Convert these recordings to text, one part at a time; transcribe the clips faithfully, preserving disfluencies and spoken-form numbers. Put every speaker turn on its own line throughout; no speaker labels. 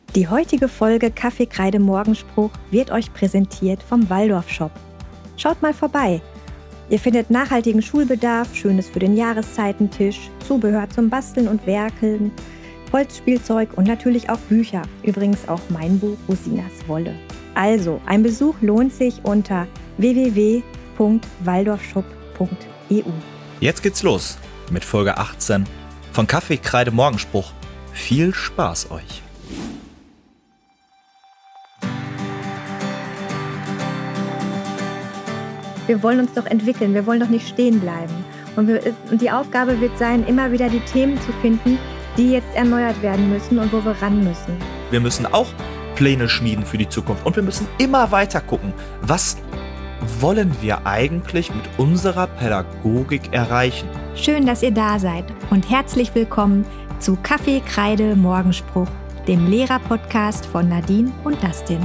Die heutige Folge Kaffee Kreide Morgenspruch wird euch präsentiert vom Waldorf Shop. Schaut mal vorbei. Ihr findet nachhaltigen Schulbedarf, Schönes für den Jahreszeitentisch, Zubehör zum Basteln und Werkeln, Holzspielzeug und natürlich auch Bücher. Übrigens auch mein Buch Rosinas Wolle. Also, ein Besuch lohnt sich unter w w w punkt waldorfshop punkt e u.
Jetzt geht's los mit Folge achtzehn von Kaffee Kreide Morgenspruch. Viel Spaß euch!
Wir wollen uns doch entwickeln, wir wollen doch nicht stehen bleiben. Und, wir, und die Aufgabe wird sein, immer wieder die Themen zu finden, die jetzt erneuert werden müssen und wo wir ran müssen.
Wir müssen auch Pläne schmieden für die Zukunft und wir müssen immer weiter gucken, was wollen wir eigentlich mit unserer Pädagogik erreichen.
Schön, dass ihr da seid und herzlich willkommen zu Kaffee Kreide Morgenspruch, dem Lehrer-Podcast von Nadine und Dustin.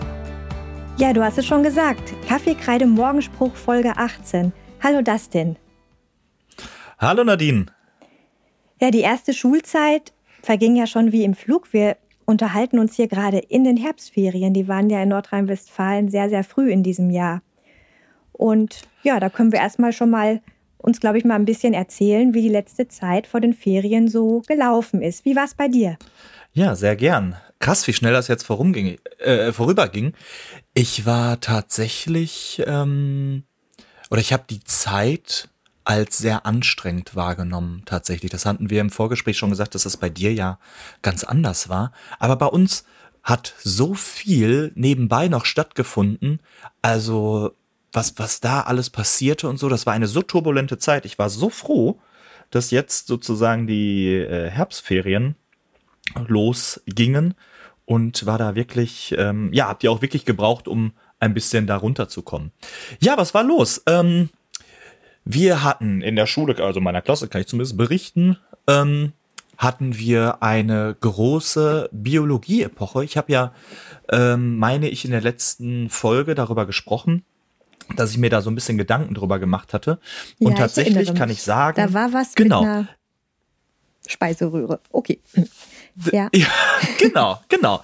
Ja, du hast es schon gesagt. Kaffee Kreide Morgenspruch Folge achtzehn. Hallo Dustin.
Hallo Nadine.
Ja, die erste Schulzeit verging ja schon wie im Flug. Wir unterhalten uns hier gerade in den Herbstferien. Die waren ja in Nordrhein-Westfalen sehr, sehr früh in diesem Jahr. Und ja, da können wir erstmal schon mal uns, glaube ich, mal ein bisschen erzählen, wie die letzte Zeit vor den Ferien so gelaufen ist. Wie war es bei dir?
Ja, sehr gern. Krass, wie schnell das jetzt vorumging, äh, vorüberging. Ich war tatsächlich, ähm, oder ich habe die Zeit als sehr anstrengend wahrgenommen, tatsächlich. Das hatten wir im Vorgespräch schon gesagt, dass das bei dir ja ganz anders war. Aber bei uns hat so viel nebenbei noch stattgefunden. Also was, was da alles passierte und so, das war eine so turbulente Zeit. Ich war so froh, dass jetzt sozusagen die äh, Herbstferien losgingen und war da wirklich, ähm, ja, habt ihr auch wirklich gebraucht, um ein bisschen da runterzukommen. Ja, was war los? Ähm, wir hatten in der Schule, also meiner Klasse kann ich zumindest berichten, ähm, hatten wir eine große Biologie-Epoche. Ich habe ja, ähm, meine ich, in der letzten Folge darüber gesprochen, dass ich mir da so ein bisschen Gedanken drüber gemacht hatte. Und
ja,
tatsächlich
ich
kann ich sagen,
da war was
genau.
mit einer Speiseröhre. Okay. Ja.
Ja, genau, genau.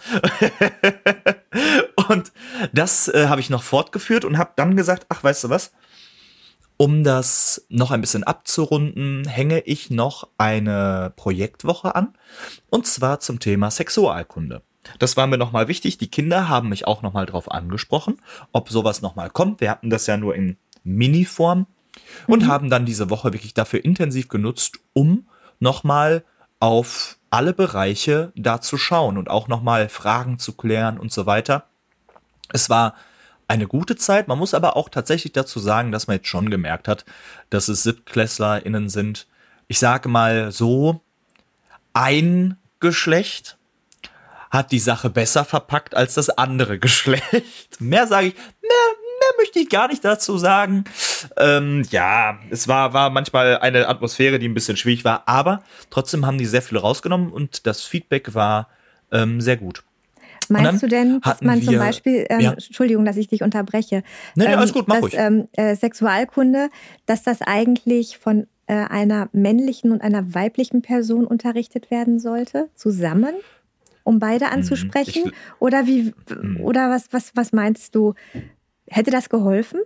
Und das äh, habe ich noch fortgeführt und habe dann gesagt, ach, weißt du was, um das noch ein bisschen abzurunden, hänge ich noch eine Projektwoche an, und zwar zum Thema Sexualkunde. Das war mir nochmal wichtig. Die Kinder haben mich auch nochmal drauf angesprochen, ob sowas nochmal kommt. Wir hatten das ja nur in Mini-Form und mhm. haben dann diese Woche wirklich dafür intensiv genutzt, um nochmal auf alle Bereiche da zu schauen und auch nochmal Fragen zu klären und so weiter. Es war eine gute Zeit. Man muss aber auch tatsächlich dazu sagen, dass man jetzt schon gemerkt hat, dass es SiebtklässlerInnen sind. Ich sage mal so, ein Geschlecht hat die Sache besser verpackt als das andere Geschlecht. Mehr sage ich, mehr, mehr möchte ich gar nicht dazu sagen. Ähm, ja, es war, war manchmal eine Atmosphäre, die ein bisschen schwierig war, aber trotzdem haben die sehr viel rausgenommen und das Feedback war ähm, sehr gut.
Meinst du denn, dass man
wir,
zum Beispiel, ähm,
ja.
Entschuldigung, dass ich dich unterbreche,
nee, nee,
ähm,
alles gut, mach
dass
ruhig.
Ähm, äh, Sexualkunde, dass das eigentlich von äh, einer männlichen und einer weiblichen Person unterrichtet werden sollte, zusammen, um beide anzusprechen?
Ich,
oder wie,
hm.
oder was, was, was meinst du? Hätte das geholfen?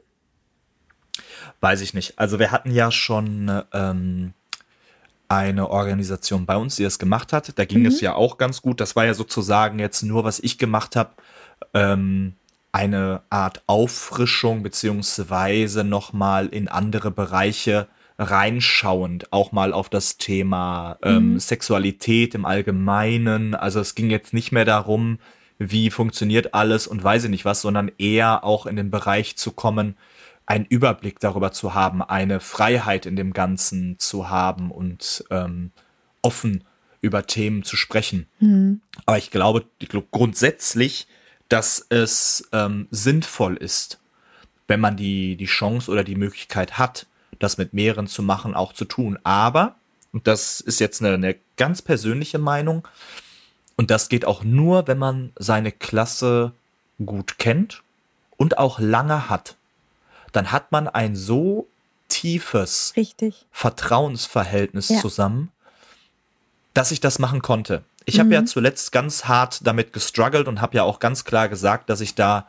Weiß ich nicht. Also wir hatten ja schon ähm, eine Organisation bei uns, die das gemacht hat. Da ging mhm. es ja auch ganz gut. Das war ja sozusagen jetzt nur, was ich gemacht habe, ähm, eine Art Auffrischung beziehungsweise nochmal in andere Bereiche reinschauend, auch mal auf das Thema ähm, mhm. Sexualität im Allgemeinen. Also es ging jetzt nicht mehr darum, wie funktioniert alles und weiß ich nicht was, sondern eher auch in den Bereich zu kommen, einen Überblick darüber zu haben, eine Freiheit in dem Ganzen zu haben und ähm, offen über Themen zu sprechen. Mhm. Aber ich glaube, ich glaube grundsätzlich, dass es ähm, sinnvoll ist, wenn man die, die Chance oder die Möglichkeit hat, das mit mehreren zu machen, auch zu tun. Aber, und das ist jetzt eine, eine ganz persönliche Meinung, und das geht auch nur, wenn man seine Klasse gut kennt und auch lange hat. Dann hat man ein so tiefes
Richtig.
Vertrauensverhältnis
ja.
zusammen, dass ich das machen konnte. ich habe ja zuletzt ganz hart damit gestruggelt und habe ja auch ganz klar gesagt, dass ich da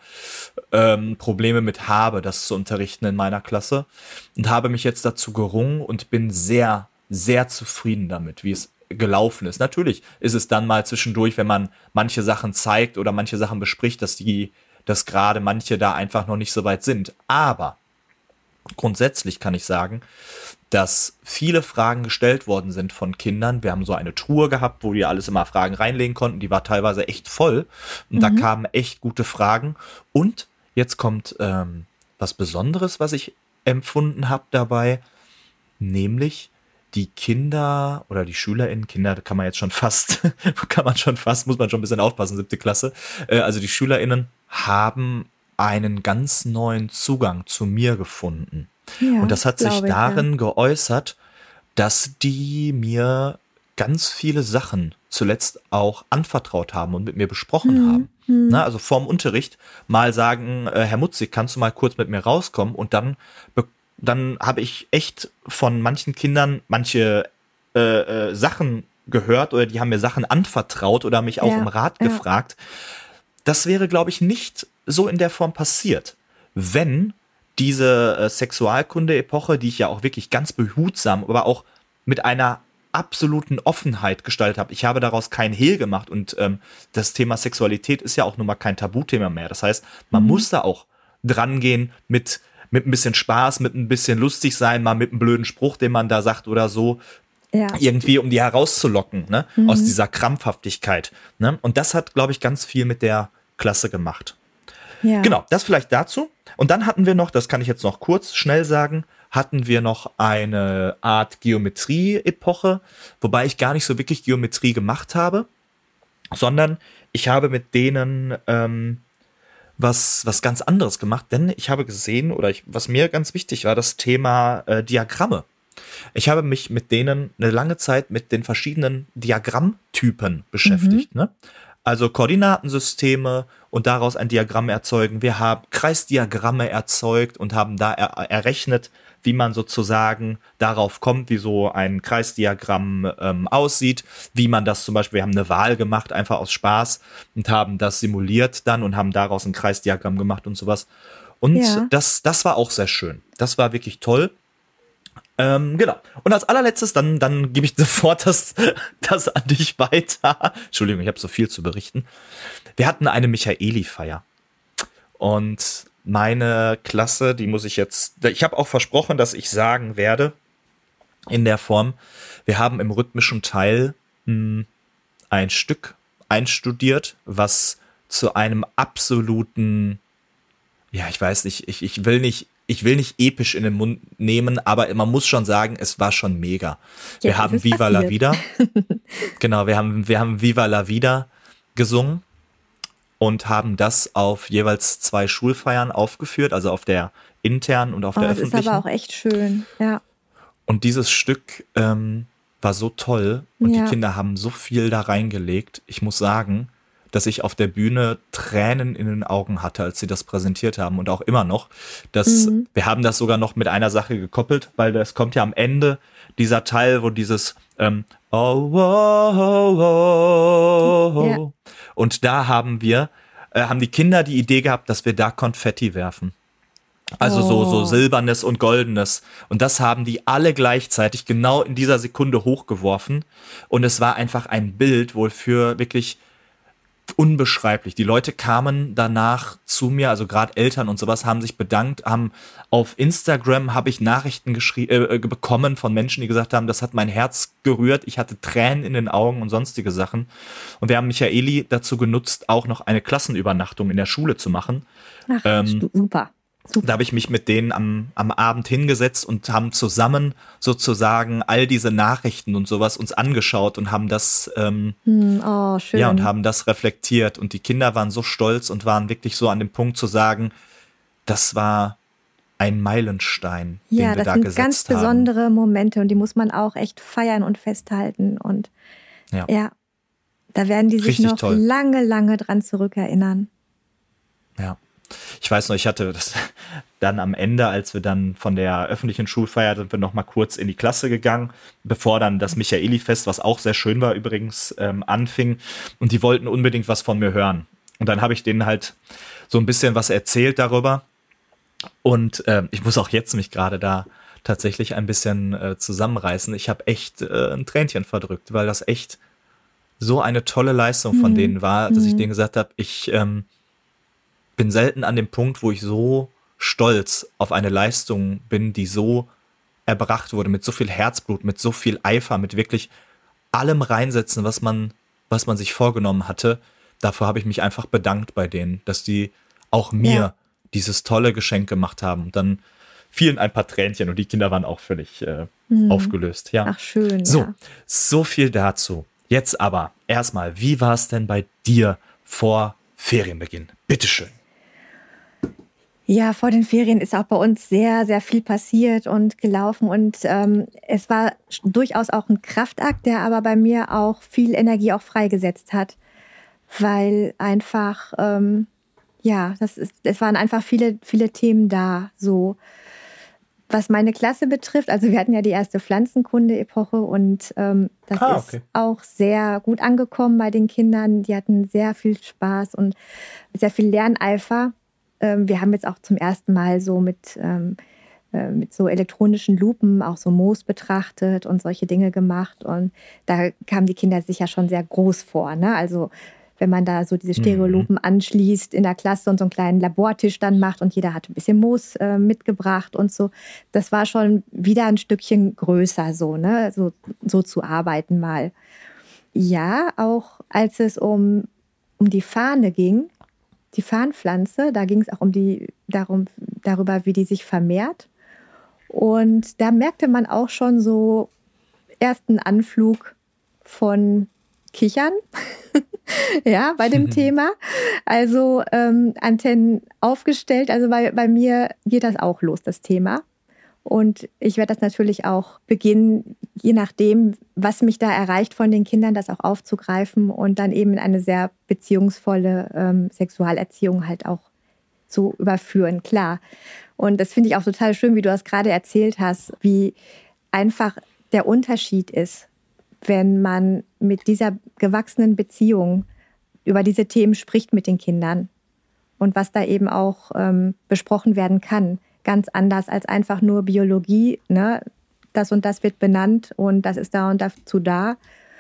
ähm, Probleme mit habe, das zu unterrichten in meiner Klasse und habe mich jetzt dazu gerungen und bin sehr, sehr zufrieden damit, wie es gelaufen ist. Natürlich ist es dann mal zwischendurch, wenn man manche Sachen zeigt oder manche Sachen bespricht, dass die, dass gerade manche da einfach noch nicht so weit sind. Aber grundsätzlich kann ich sagen, dass viele Fragen gestellt worden sind von Kindern. Wir haben so eine Truhe gehabt, wo wir alles immer Fragen reinlegen konnten. Die war teilweise echt voll. Und mhm. da kamen echt gute Fragen. Und jetzt kommt ähm, was Besonderes, was ich empfunden habe dabei. Nämlich die Kinder oder die SchülerInnen, Kinder, da kann man jetzt schon fast, kann man schon fast, muss man schon ein bisschen aufpassen, siebte Klasse. Äh, also die SchülerInnen haben einen ganz neuen Zugang zu mir gefunden. Ja, und das hat sich darin ich, ja. geäußert, dass die mir ganz viele Sachen zuletzt auch anvertraut haben und mit mir besprochen mhm. haben. Mhm. Na, also vorm Unterricht mal sagen, äh, Herr Mutzig, kannst du mal kurz mit mir rauskommen? Und dann, dann habe ich echt von manchen Kindern manche äh, äh, Sachen gehört oder die haben mir Sachen anvertraut oder mich auch ja, um Rat ja. gefragt. Das wäre, glaube ich, nicht so in der Form passiert, wenn diese äh, Sexualkunde-Epoche, die ich ja auch wirklich ganz behutsam, aber auch mit einer absoluten Offenheit gestaltet habe. Ich habe daraus kein Hehl gemacht und ähm, das Thema Sexualität ist ja auch nun mal kein Tabuthema mehr. Das heißt, man mhm. muss da auch dran gehen mit, mit ein bisschen Spaß, mit ein bisschen lustig sein, mal mit einem blöden Spruch, den man da sagt oder so. Ja. Irgendwie, um die herauszulocken, ne? Mhm. Aus dieser Krampfhaftigkeit. Ne? Und das hat, glaube ich, ganz viel mit der Klasse gemacht. Ja. Genau, das vielleicht dazu. Und dann hatten wir noch, das kann ich jetzt noch kurz schnell sagen, hatten wir noch eine Art Geometrie-Epoche, wobei ich gar nicht so wirklich Geometrie gemacht habe, sondern ich habe mit denen ähm, was, was ganz anderes gemacht, denn ich habe gesehen, oder ich, was mir ganz wichtig war, das Thema äh, Diagramme. Ich habe mich mit denen eine lange Zeit mit den verschiedenen Diagrammtypen beschäftigt, mhm. ne? Also Koordinatensysteme und daraus ein Diagramm erzeugen. Wir haben Kreisdiagramme erzeugt und haben da er- errechnet, wie man sozusagen darauf kommt, wie so ein Kreisdiagramm ähm, aussieht, wie man das zum Beispiel, wir haben eine Wahl gemacht, einfach aus Spaß und haben das simuliert dann und haben daraus ein Kreisdiagramm gemacht und sowas. Und ja. das, das war auch sehr schön. Das war wirklich toll. Ähm, genau. Und als allerletztes, dann, dann gebe ich sofort das, das an dich weiter. Entschuldigung, ich habe so viel zu berichten. Wir hatten eine Michaeli-Feier. Und meine Klasse, die muss ich jetzt, ich habe auch versprochen, dass ich sagen werde, in der Form, wir haben im rhythmischen Teil mh, ein Stück einstudiert, was zu einem absoluten, ja, ich weiß nicht, ich, ich will nicht, Ich will nicht episch in den Mund nehmen, aber man muss schon sagen, es war schon mega. Ja, wir haben Viva passiert. La Vida. Genau, wir haben, wir haben Viva La Vida gesungen und haben das auf jeweils zwei Schulfeiern aufgeführt, also auf der internen und auf oh, der öffentlichen. Das ist aber
auch echt schön, ja.
Und dieses Stück ähm, war so toll und ja. die Kinder haben so viel da reingelegt. Ich muss sagen, dass ich auf der Bühne Tränen in den Augen hatte, als sie das präsentiert haben und auch immer noch. Das, mhm. Wir haben das sogar noch mit einer Sache gekoppelt, weil das kommt ja am Ende dieser Teil, wo dieses ähm, oh, oh, oh, oh, oh. Ja. Und da haben wir, äh, haben die Kinder die Idee gehabt, dass wir da Konfetti werfen. Also oh. so, so Silbernes und Goldenes. Und das haben die alle gleichzeitig genau in dieser Sekunde hochgeworfen. Und es war einfach ein Bild, wofür wirklich unbeschreiblich. Die Leute kamen danach zu mir, also gerade Eltern und sowas, haben sich bedankt, haben auf Instagram habe ich Nachrichten geschrie- äh, bekommen von Menschen, die gesagt haben, das hat mein Herz gerührt, ich hatte Tränen in den Augen und sonstige Sachen. Und wir haben Michaeli dazu genutzt, auch noch eine Klassenübernachtung in der Schule zu machen.
Ach, ähm, super. Super.
Da habe ich mich mit denen am, am Abend hingesetzt und haben zusammen sozusagen all diese Nachrichten und sowas uns angeschaut und haben das ähm,
hm, oh, schön.
ja und haben das reflektiert. Und die Kinder waren so stolz und waren wirklich so an dem Punkt zu sagen, das war ein Meilenstein,
ja,
den wir da gesetzt haben.
Ja, das sind ganz besondere Momente und die muss man auch echt feiern und festhalten. Und ja, ja da werden die sich Richtig noch toll. lange, lange dran zurückerinnern.
Ja. Ich ich weiß noch, ich hatte das dann am Ende, als wir dann von der öffentlichen Schulfeier sind wir noch mal kurz in die Klasse gegangen, bevor dann das Michaeli-Fest, was auch sehr schön war übrigens, ähm, anfing. Und die wollten unbedingt was von mir hören. Und dann habe ich denen halt so ein bisschen was erzählt darüber. Und äh, ich muss auch jetzt mich gerade da tatsächlich ein bisschen äh, zusammenreißen. Ich habe echt äh, ein Tränchen verdrückt, weil das echt so eine tolle Leistung von
Mhm.
denen war, dass ich
Mhm.
denen gesagt habe, ich ähm, bin selten an dem Punkt, wo ich so stolz auf eine Leistung bin, die so erbracht wurde, mit so viel Herzblut, mit so viel Eifer, mit wirklich allem reinsetzen, was man, was man sich vorgenommen hatte. Dafür habe ich mich einfach bedankt bei denen, dass die auch mir
Ja.
dieses tolle Geschenk gemacht haben. Und dann fielen ein paar Tränchen und die Kinder waren auch völlig äh,
Mhm.
aufgelöst. Ja.
Ach, schön.
So,
Ja.
so viel dazu. Jetzt aber erstmal, wie war es denn bei dir vor Ferienbeginn? Bitteschön.
Ja, vor den Ferien ist auch bei uns sehr, sehr viel passiert und gelaufen. Und ähm, es war sch- durchaus auch ein Kraftakt, der aber bei mir auch viel Energie auch freigesetzt hat. Weil einfach, ähm, ja, das ist, es waren einfach viele, viele Themen da. So, was meine Klasse betrifft, also wir hatten ja die erste Pflanzenkunde-Epoche und ähm, das
Ah,
ist
okay.
auch sehr gut angekommen bei den Kindern. Die hatten sehr viel Spaß und sehr viel Lerneifer. Ähm, wir haben jetzt auch zum ersten Mal so mit, ähm, äh, mit so elektronischen Lupen auch so Moos betrachtet und solche Dinge gemacht. Und da kamen die Kinder sich ja schon sehr groß vor, ne? Also wenn man da so diese Stereolupen anschließt in der Klasse und so einen kleinen Labortisch dann macht und jeder hat ein bisschen Moos äh, mitgebracht und so. Das war schon wieder ein Stückchen größer so, ne? So, so zu arbeiten mal. Ja, auch als es um, um die Fahne ging, die Farnpflanze, da ging es auch um die, darum, darüber, wie die sich vermehrt. Und da merkte man auch schon so ersten Anflug von Kichern, ja, bei dem Thema. Also ähm, Antennen aufgestellt. Also bei, bei mir geht das auch los, das Thema. Und ich werde das natürlich auch beginnen, je nachdem, was mich da erreicht von den Kindern, das auch aufzugreifen und dann eben in eine sehr beziehungsvolle ähm, Sexualerziehung halt auch zu überführen, klar. Und das finde ich auch total schön, wie du das gerade erzählt hast, wie einfach der Unterschied ist, wenn man mit dieser gewachsenen Beziehung über diese Themen spricht mit den Kindern und was da eben auch ähm, besprochen werden kann. Ganz anders als einfach nur Biologie, ne? Das und das wird benannt und das ist da und dazu da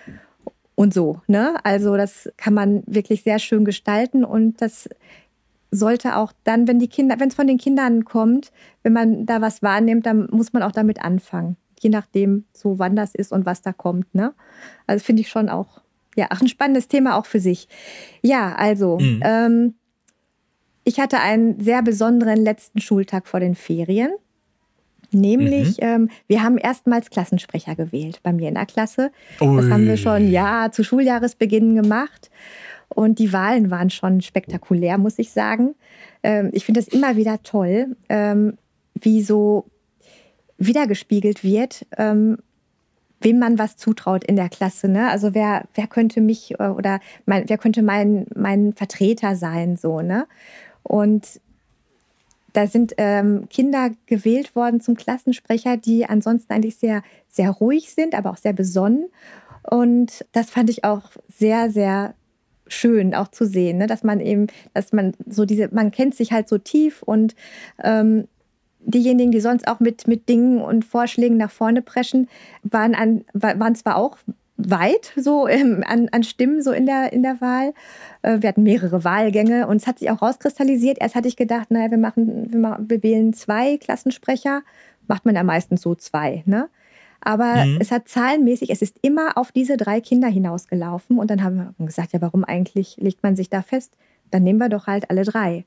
und so, ne? Also das kann man wirklich sehr schön gestalten und das sollte auch dann, wenn die Kinder, wenn es von den Kindern kommt, wenn man da was wahrnimmt, dann muss man auch damit anfangen, je nachdem, so wann das ist und was da kommt, ne? Also finde ich schon auch, ja, auch ein spannendes Thema auch für sich. Ja, also
Mhm.
ähm, ich hatte einen sehr besonderen letzten Schultag vor den Ferien. Nämlich,
Mhm.
ähm, wir haben erstmals Klassensprecher gewählt bei mir in der Klasse. Das haben wir schon, ja, zu Schuljahresbeginn gemacht. Und die Wahlen waren schon spektakulär, muss ich sagen. Ähm, ich finde es immer wieder toll, ähm, wie so wiedergespiegelt wird, ähm, wem man was zutraut in der Klasse. Ne? Also wer, wer könnte mich äh, oder mein, wer könnte mein, mein Vertreter sein, so, ne? Und da sind ähm, Kinder gewählt worden zum Klassensprecher, die ansonsten eigentlich sehr, sehr ruhig sind, aber auch sehr besonnen. Und das fand ich auch sehr, sehr schön auch zu sehen, ne? Dass man eben, dass man so diese, man kennt sich halt so tief und ähm, diejenigen, die sonst auch mit, mit Dingen und Vorschlägen nach vorne preschen, waren, an, waren zwar auch weit so ähm, an, an Stimmen so in der, in der Wahl. Äh, wir hatten mehrere Wahlgänge und es hat sich auch rauskristallisiert. Erst hatte ich gedacht, naja, wir machen, wir, machen, wir wählen zwei Klassensprecher, macht man ja meistens so zwei, ne? Aber
Mhm.
es hat zahlenmäßig, es ist immer auf diese drei Kinder hinausgelaufen. Und dann haben wir gesagt, ja, warum eigentlich legt man sich da fest? Dann nehmen wir doch halt alle drei.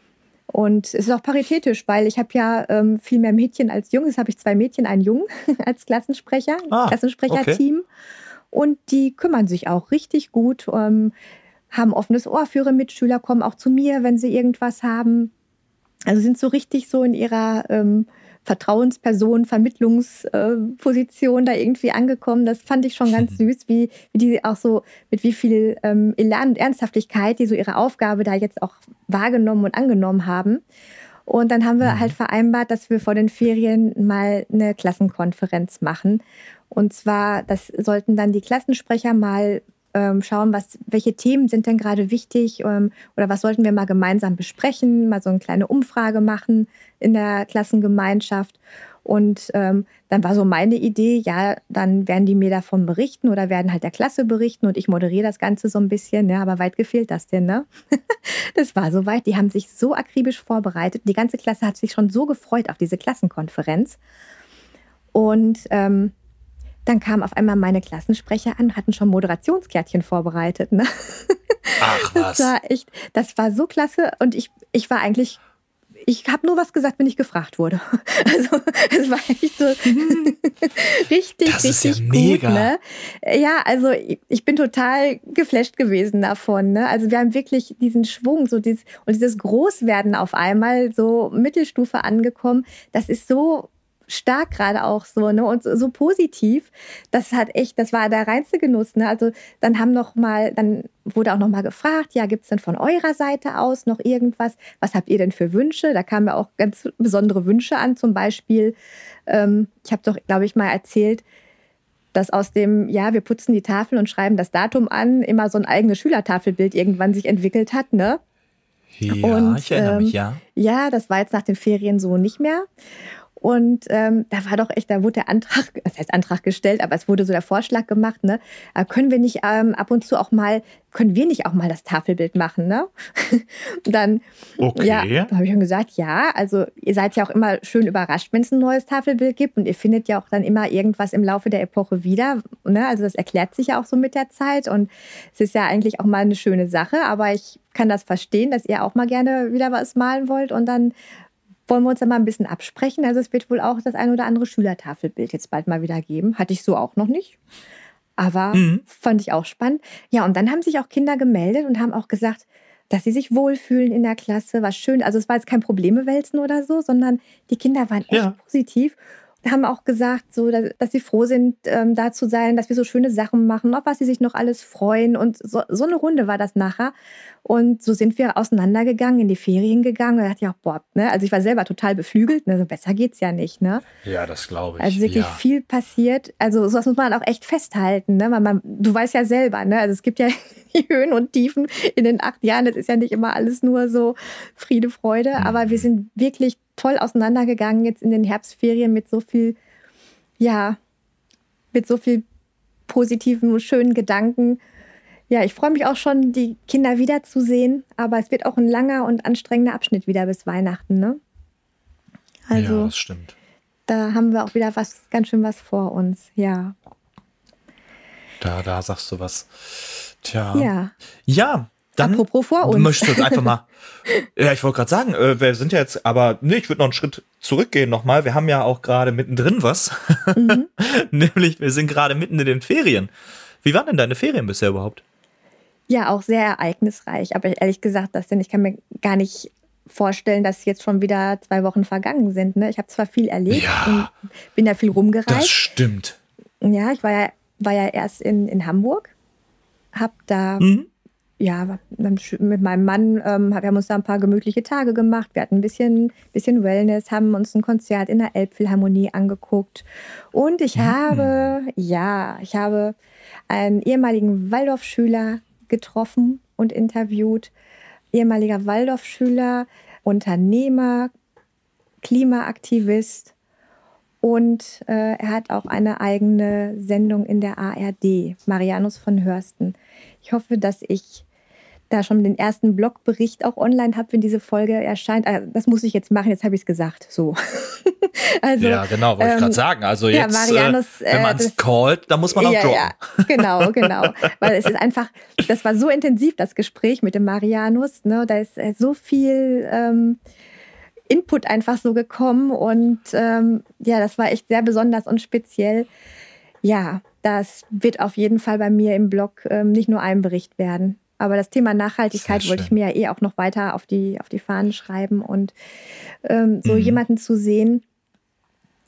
Und es ist auch paritätisch, weil ich habe ja ähm, viel mehr Mädchen als Jungs. Jetzt habe ich zwei Mädchen, einen Jungen als Klassensprecher,
Ah,
Klassensprecherteam. Und die kümmern sich auch richtig gut, ähm, haben offenes Ohr für ihre Mitschüler, kommen auch zu mir, wenn sie irgendwas haben. Also sind so richtig so in ihrer ähm, Vertrauensperson, Vermittlungsposition da irgendwie angekommen. Das fand ich schon ganz süß, wie, wie die auch so, mit wie viel ähm, Elan und Ernsthaftigkeit die so ihre Aufgabe da jetzt auch wahrgenommen und angenommen haben. Und dann haben wir mhm. halt vereinbart, dass wir vor den Ferien mal eine Klassenkonferenz machen. Und zwar, das sollten dann die Klassensprecher mal ähm, schauen, was, welche Themen sind denn gerade wichtig ähm, oder was sollten wir mal gemeinsam besprechen, mal so eine kleine Umfrage machen in der Klassengemeinschaft. Und ähm, dann war so meine Idee, ja, dann werden die mir davon berichten oder werden halt der Klasse berichten und ich moderiere das Ganze so ein bisschen, ne? Aber weit gefehlt das denn, ne? Das war soweit. Die haben sich so akribisch vorbereitet. Die ganze Klasse hat sich schon so gefreut auf diese Klassenkonferenz. Und ähm, dann kamen auf einmal meine Klassensprecher an, hatten schon Moderationskärtchen vorbereitet, ne?
Ach was.
Das war echt, das war so klasse und ich, ich war eigentlich... Ich habe nur was gesagt, wenn ich gefragt wurde. Also es war echt so richtig,
das ist
richtig
ja
gut.
Mega.
Ne? Ja, also ich, ich bin total geflasht gewesen davon. Ne? Also wir haben wirklich diesen Schwung so dieses, und dieses Großwerden auf einmal, so Mittelstufe angekommen. Das ist so stark gerade auch so, ne, und so, so positiv. Das hat echt, das war der reinste Genuss, ne? Also dann haben noch mal, dann wurde auch noch mal gefragt, ja, gibt's denn von eurer Seite aus noch irgendwas? Was habt ihr denn für Wünsche? Da kamen ja auch ganz besondere Wünsche an, zum Beispiel, ähm, ich habe doch, glaube ich, mal erzählt, dass aus dem, ja, wir putzen die Tafel und schreiben das Datum an, immer so ein eigenes Schülertafelbild irgendwann sich entwickelt hat, ne?
Ja,
und,
ich erinnere
ähm,
mich, ja.
Ja, das war jetzt nach den Ferien so nicht mehr. Und ähm, da war doch echt, da wurde der Antrag, das heißt Antrag gestellt, aber es wurde so der Vorschlag gemacht, ne? Äh, können wir nicht ähm, ab und zu auch mal, können wir nicht auch mal das Tafelbild machen, ne? Dann,
okay.
ja, da habe ich schon gesagt, ja, also ihr seid ja auch immer schön überrascht, wenn es ein neues Tafelbild gibt und ihr findet ja auch dann immer irgendwas im Laufe der Epoche wieder, ne? Also das erklärt sich ja auch so mit der Zeit und es ist ja eigentlich auch mal eine schöne Sache, aber ich kann das verstehen, dass ihr auch mal gerne wieder was malen wollt und dann wollen wir uns da mal ein bisschen absprechen. Also es wird wohl auch das ein oder andere Schülertafelbild jetzt bald mal wieder geben. Hatte ich so auch noch nicht. Aber mhm. fand ich auch spannend. Ja, und dann haben sich auch Kinder gemeldet und haben auch gesagt, dass sie sich wohlfühlen in der Klasse. War schön. Also es war jetzt kein Problemewälzen oder so, sondern die Kinder waren echt ja. positiv. Haben auch gesagt, so, dass sie froh sind, ähm, da zu sein, dass wir so schöne Sachen machen, auf was sie sich noch alles freuen. Und so, so eine Runde war das nachher. Und so sind wir auseinandergegangen, in die Ferien gegangen. Und da dachte ich auch, boah, ne? Also ich war selber total beflügelt. Ne? So besser geht's ja nicht. Ne?
Ja, das glaube ich.
Also wirklich
ja.
viel passiert. Also sowas muss man auch echt festhalten. Ne? Man, man, du weißt ja selber, ne? Also es gibt ja die Höhen und Tiefen in den acht Jahren. Das ist ja nicht immer alles nur so Friede, Freude. Mhm. Aber wir sind wirklich toll auseinandergegangen jetzt in den Herbstferien mit so viel, ja, mit so viel positiven und schönen Gedanken. Ja, ich freue mich auch schon, die Kinder wiederzusehen, aber es wird auch ein langer und anstrengender Abschnitt wieder bis Weihnachten, ne? Also,
ja, das stimmt.
Da haben wir auch wieder was, ganz schön was vor uns, ja.
Da, da sagst du was. Tja.
Ja.
Ja. Dann
Apropos vor uns.
Möchtest du jetzt einfach mal, ja, ich wollte gerade sagen, äh, wir sind ja jetzt, aber nee, ich würde noch einen Schritt zurückgehen nochmal. Wir haben ja auch gerade mittendrin was. Mhm. Nämlich, wir sind gerade mitten in den Ferien. Wie waren denn deine Ferien bisher überhaupt?
Ja, auch sehr ereignisreich. Aber ehrlich gesagt, das denn, ich kann mir gar nicht vorstellen, dass jetzt schon wieder zwei Wochen vergangen sind. Ne? Ich habe zwar viel erlebt
ja,
und bin ja viel rumgereist.
Das stimmt.
Ja, ich war ja, war ja erst in, in Hamburg, hab da mhm. ja, mit meinem Mann, ähm, wir haben uns da ein paar gemütliche Tage gemacht. Wir hatten ein bisschen, bisschen Wellness, haben uns ein Konzert in der Elbphilharmonie angeguckt. Und ich mhm. habe, ja, ich habe einen ehemaligen Waldorfschüler getroffen und interviewt. Ehemaliger Waldorfschüler, Unternehmer, Klimaaktivist. Und äh, er hat auch eine eigene Sendung in der A R D, Marianus von Hörsten. Ich hoffe, dass ich da schon den ersten Blogbericht auch online habe, wenn diese Folge erscheint. Das muss ich jetzt machen, jetzt habe ich es gesagt. So.
Also, ja, genau, wollte ähm, ich gerade sagen. Also jetzt, ja, Marianus, äh, wenn man es callt, dann muss man auch
ja,
droppen.
Ja, genau, genau. Weil es ist einfach, das war so intensiv, das Gespräch mit dem Marianus. Ne? Da ist so viel ähm, Input einfach so gekommen. Und ähm, ja, das war echt sehr besonders und speziell. Ja, das wird auf jeden Fall bei mir im Blog ähm, nicht nur ein Bericht werden. Aber das Thema Nachhaltigkeit wollte ich mir ja eh auch noch weiter auf die, auf die Fahnen schreiben. Und ähm, so mhm. jemanden zu sehen,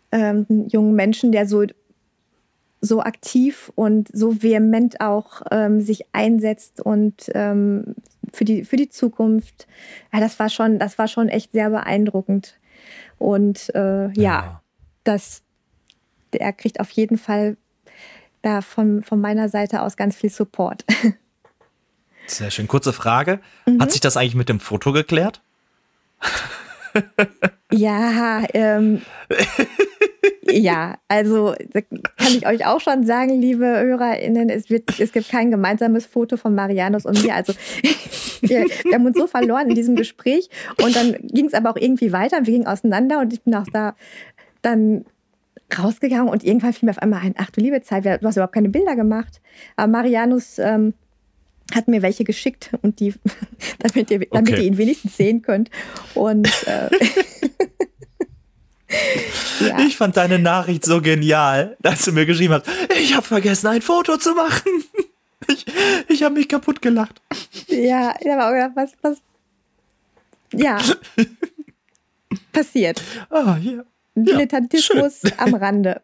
ähm, jungen Menschen, der so, so aktiv und so vehement auch ähm, sich einsetzt und ähm, für die, für die Zukunft. Ja, das war schon, das war schon echt sehr beeindruckend. Und äh, ja, ja, das, der kriegt auf jeden Fall da von, von meiner Seite aus ganz viel Support.
Sehr schön. Kurze Frage. Mhm. Hat sich das eigentlich mit dem Foto geklärt?
Ja, ähm, ja, also kann ich euch auch schon sagen, liebe HörerInnen, es, wird, es gibt kein gemeinsames Foto von Marianus und mir. Also wir, wir haben uns so verloren in diesem Gespräch und dann ging es aber auch irgendwie weiter. Wir gingen auseinander und ich bin auch da dann rausgegangen und irgendwann fiel mir auf einmal ein, ach du liebe Zeit, du hast überhaupt keine Bilder gemacht. Aber Marianus ähm, hat mir welche geschickt und die, damit ihr, damit okay. ihr ihn wenigstens sehen könnt. Und äh,
ja. Ich fand deine Nachricht so genial, dass du mir geschrieben hast, ich habe vergessen, ein Foto zu machen. Ich, ich habe mich kaputt gelacht.
Ja, ich habe auch gedacht, was, was, ja, passiert.
Ah, ja.
Dilettantismus ja, am Rande.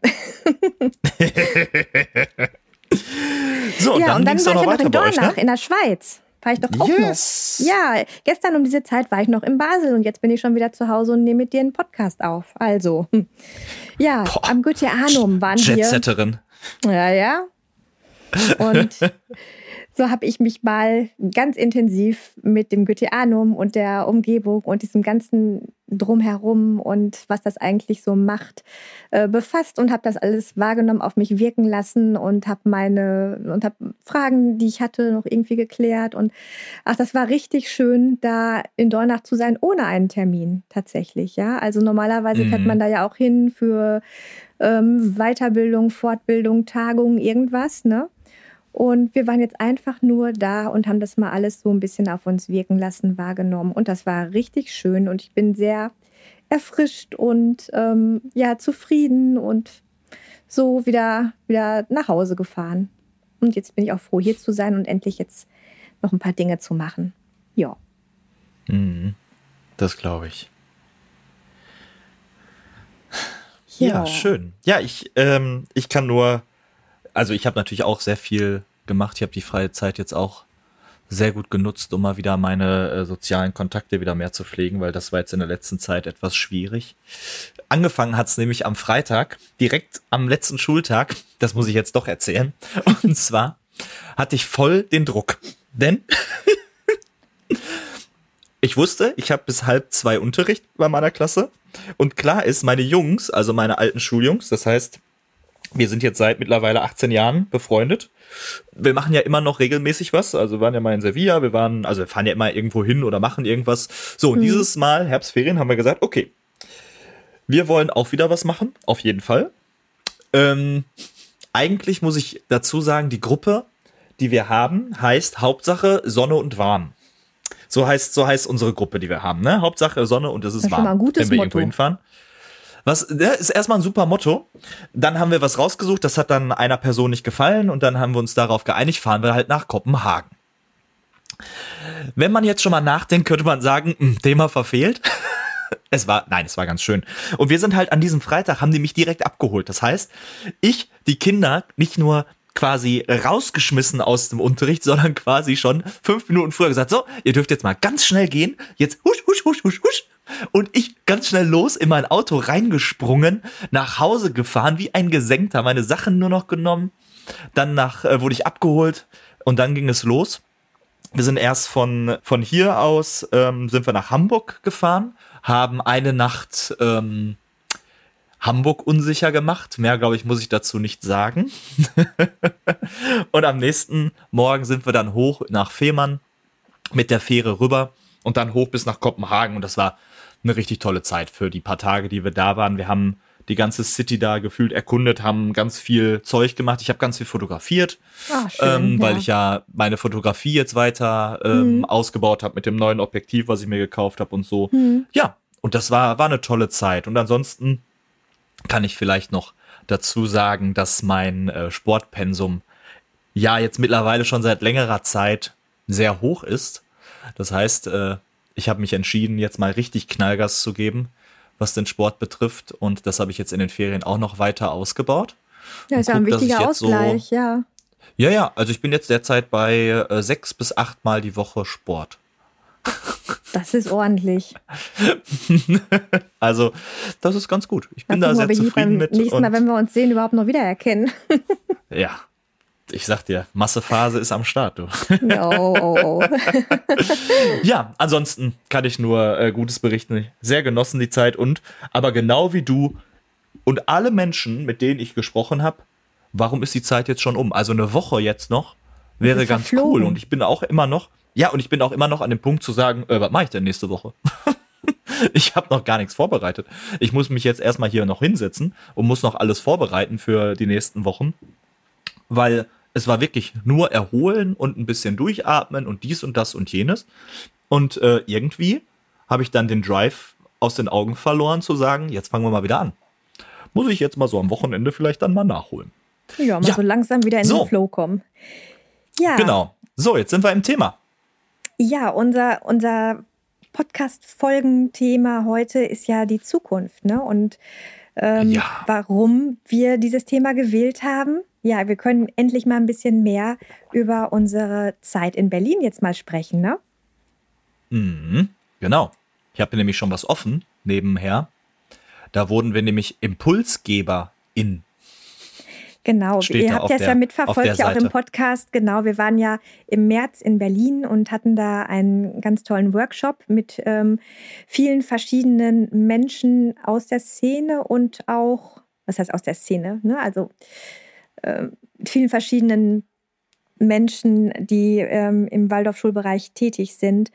So, und
ja,
dann,
und dann
ging's
war
doch
ich
noch
noch in
weiter bei euch,
Dornach,
ne?
in der Schweiz. War ich doch auch
yes.
noch. Ja, gestern um diese Zeit war ich noch in Basel und jetzt bin ich schon wieder zu Hause und nehme mit dir einen Podcast auf. Also, ja, Boah. am Goetheanum waren wir.
Jetsetterin.
Ja, ja. Und so habe ich mich mal ganz intensiv mit dem Goetheanum und der Umgebung und diesem ganzen Drumherum und was das eigentlich so macht, äh, befasst und habe das alles wahrgenommen, auf mich wirken lassen und habe meine und habe Fragen, die ich hatte, noch irgendwie geklärt. Und ach, das war richtig schön, da in Dornach zu sein, ohne einen Termin tatsächlich. Ja, also normalerweise mhm. fährt man da ja auch hin für ähm, Weiterbildung, Fortbildung, Tagung, irgendwas, ne? Und wir waren jetzt einfach nur da und haben das mal alles so ein bisschen auf uns wirken lassen, wahrgenommen. Und das war richtig schön und ich bin sehr erfrischt und ähm, ja, zufrieden und so wieder, wieder nach Hause gefahren. Und jetzt bin ich auch froh, hier zu sein und endlich jetzt noch ein paar Dinge zu machen. Ja.
Das glaube ich. Ja, ja, schön. Ja, ich, ähm, ich kann nur... Also ich habe natürlich auch sehr viel gemacht. Ich habe die freie Zeit jetzt auch sehr gut genutzt, um mal wieder meine äh, sozialen Kontakte wieder mehr zu pflegen, weil das war jetzt in der letzten Zeit etwas schwierig. Angefangen hat es nämlich am Freitag, direkt am letzten Schultag. Das muss ich jetzt doch erzählen. Und zwar hatte ich voll den Druck. Denn ich wusste, ich habe bis halb zwei Unterricht bei meiner Klasse. Und klar ist, meine Jungs, also meine alten Schuljungs, das heißt, wir sind jetzt seit mittlerweile achtzehn Jahren befreundet. Wir machen ja immer noch regelmäßig was. Also wir waren ja mal in Sevilla, wir waren, also wir fahren ja immer irgendwo hin oder machen irgendwas. So, und mhm. dieses Mal, Herbstferien, haben wir gesagt, okay, wir wollen auch wieder was machen, auf jeden Fall. Ähm, eigentlich muss ich dazu sagen, die Gruppe, die wir haben, heißt Hauptsache Sonne und Warm. So heißt, so heißt unsere Gruppe, die wir haben, ne? Hauptsache Sonne und es ist
das ist
warm,
schon mal ein gutes
wenn wir
Motto.
irgendwo hinfahren. Was, das ist erstmal ein super Motto. Dann haben wir was rausgesucht, das hat dann einer Person nicht gefallen und dann haben wir uns darauf geeinigt, fahren wir halt nach Kopenhagen. Wenn man jetzt schon mal nachdenkt, könnte man sagen, mh, Thema verfehlt. Es war, nein, es war ganz schön. Und wir sind halt an diesem Freitag, haben die mich direkt abgeholt. Das heißt, ich, die Kinder, nicht nur quasi rausgeschmissen aus dem Unterricht, sondern quasi schon fünf Minuten früher gesagt, so, ihr dürft jetzt mal ganz schnell gehen, jetzt husch, husch, husch, husch, husch. Und ich ganz schnell los in mein Auto reingesprungen, nach Hause gefahren, wie ein Gesenkter, meine Sachen nur noch genommen. Dann nach, äh, wurde ich abgeholt und dann ging es los. Wir sind erst von, von hier aus, ähm, sind wir nach Hamburg gefahren, haben eine Nacht ähm, Hamburg unsicher gemacht. Mehr, glaube ich, muss ich dazu nicht sagen. Und am nächsten Morgen sind wir dann hoch nach Fehmarn mit der Fähre rüber und dann hoch bis nach Kopenhagen. Und das war eine richtig tolle Zeit für die paar Tage, die wir da waren. Wir haben die ganze City da gefühlt erkundet, haben ganz viel Zeug gemacht. Ich habe ganz viel fotografiert,
Ach, schön,
ähm, weil
ja.
ich ja meine Fotografie jetzt weiter ähm, mhm. ausgebaut habe mit dem neuen Objektiv, was ich mir gekauft habe und so.
Mhm.
Ja, und das war, war eine tolle Zeit. Und ansonsten kann ich vielleicht noch dazu sagen, dass mein äh, Sportpensum ja jetzt mittlerweile schon seit längerer Zeit sehr hoch ist. Das heißt, äh, ich habe mich entschieden, jetzt mal richtig Knallgas zu geben, was den Sport betrifft. Und das habe ich jetzt in den Ferien auch noch weiter ausgebaut.
Ja, ist ja ein wichtiger Ausgleich, so, ja.
Ja, ja, also ich bin jetzt derzeit bei äh, sechs bis acht Mal die Woche Sport.
Das ist ordentlich.
Also, das ist ganz gut. Ich bin da sehr zufrieden mit.
Nächstes Mal, wenn wir uns sehen, überhaupt noch wiedererkennen.
Ja, ich sag dir, Massephase ist am Start, du.
Oh, oh, oh.
Ja, ansonsten kann ich nur äh, Gutes berichten. Sehr genossen die Zeit und, aber genau wie du und alle Menschen, mit denen ich gesprochen habe, warum ist die Zeit jetzt schon um? Also eine Woche jetzt noch wäre ganz cool. Und ich bin auch immer noch, ja, und ich bin auch immer noch an dem Punkt zu sagen, äh, was mache ich denn nächste Woche? Ich habe noch gar nichts vorbereitet. Ich muss mich jetzt erstmal hier noch hinsetzen und muss noch alles vorbereiten für die nächsten Wochen. Weil es war wirklich nur erholen und ein bisschen durchatmen und dies und das und jenes. Und äh, irgendwie habe ich dann den Drive aus den Augen verloren, zu sagen, jetzt fangen wir mal wieder an. Muss ich jetzt mal so am Wochenende vielleicht dann mal nachholen.
Ja, mal ja. so langsam wieder in so. den Flow kommen. Ja.
Genau. So, jetzt sind wir im Thema.
Ja, unser, unser Podcast-Folgenthema heute ist ja die Zukunft, ne? Und ähm, ja. warum wir dieses Thema gewählt haben. Ja, wir können endlich mal ein bisschen mehr über unsere Zeit in Berlin jetzt mal sprechen, ne?
Mhm, genau. Ich habe nämlich schon was offen nebenher. Da wurden wir nämlich ImpulsgeberIn.
Genau,
Steht
ihr
da
habt das
der,
ja mitverfolgt, ja auch im Podcast. Genau, wir waren ja im März in Berlin und hatten da einen ganz tollen Workshop mit ähm, vielen verschiedenen Menschen aus der Szene und auch, was heißt aus der Szene, ne? Also äh, vielen verschiedenen Menschen, die ähm, im Waldorfschulbereich tätig sind.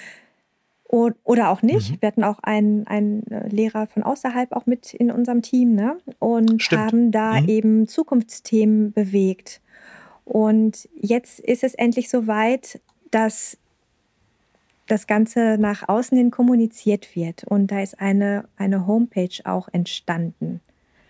Oder auch nicht. Mhm. Wir hatten auch einen, einen Lehrer von außerhalb auch mit in unserem Team, ne? Und
Stimmt.
haben da mhm. eben Zukunftsthemen bewegt. Und jetzt ist es endlich soweit, dass das Ganze nach außen hin kommuniziert wird. Und da ist eine, eine Homepage auch entstanden.